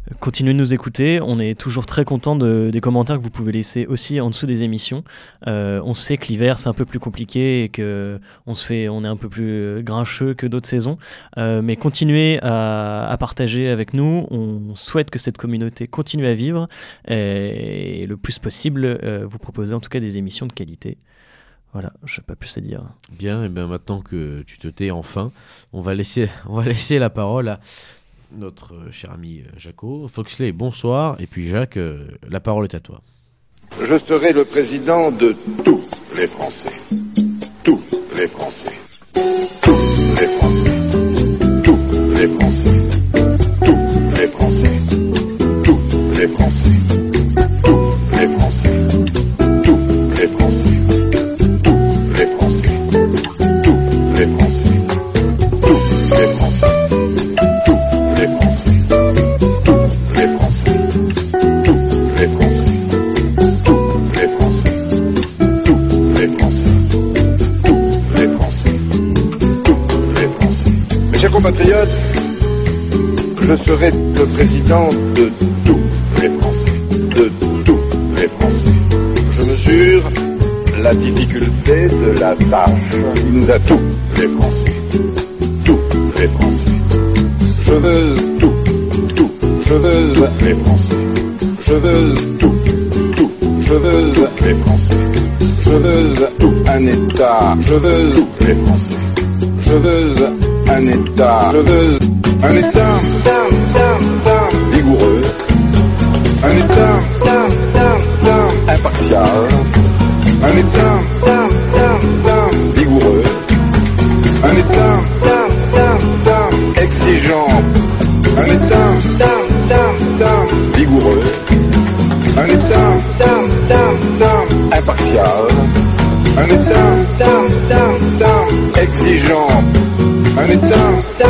Continuez de nous écouter, on est toujours très content des commentaires que vous pouvez laisser aussi en dessous des émissions. On sait que l'hiver c'est un peu plus compliqué et que on est un peu plus grincheux que d'autres saisons, mais continuez à partager avec nous. On souhaite que cette communauté continue à vivre et le plus possible vous proposer en tout cas des émissions de qualité. Voilà, je n'ai pas plus à dire. Bien, et bien maintenant que tu te tais enfin, on va laisser la parole à notre cher ami Jaco. Foxley, bonsoir. Et puis Jacques, la parole est à toi. Je serai le président de tous les Français. Tous les Français. Tous les Français. Tous les Français. Tous les Français. Tous les Français. Tous les Français. Tous les Français. Tous les Français. Tous les Français. Tous les Français. Compatriotes, je serai le président de tous les Français, de tous les Français. Je mesure la difficulté de la tâche qui nous a tous les Français, tous les Français. Je veux tout, je veux les Français. Je veux tout, je veux les Français. Je veux tout un État, je veux tous les Français. Je veux un État, je veux un État vigoureux, un État impartial, un État vigoureux, un État exigeant, un État vigoureux, un État impartial, un État exigeant. Un État,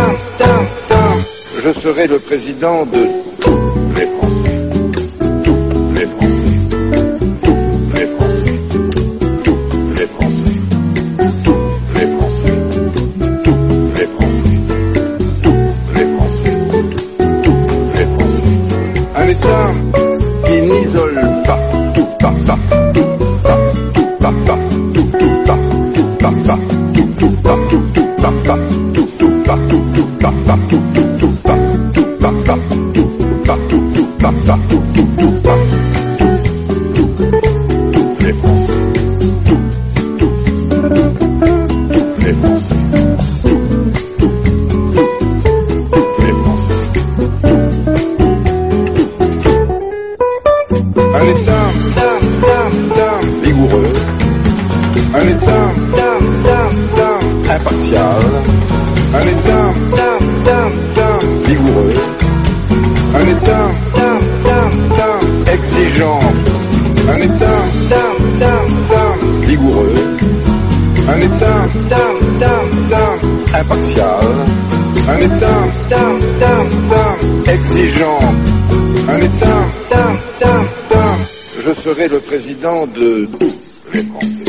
je serai le président de tous les Français, tous les Français, tous les Français, tous les Français, tous les Français, tous les Français, tous les Français, tous les Français. Un État qui n'isole pas, tout par pas, tout par pas, tout par, tout par pas, tout par, tout par pas. Un État vigoureux, un État impartial, un État vigoureux, un État exigeant, un État vigoureux, un État impartial, un État exigeant, un État. Je serai le président de tous les Français.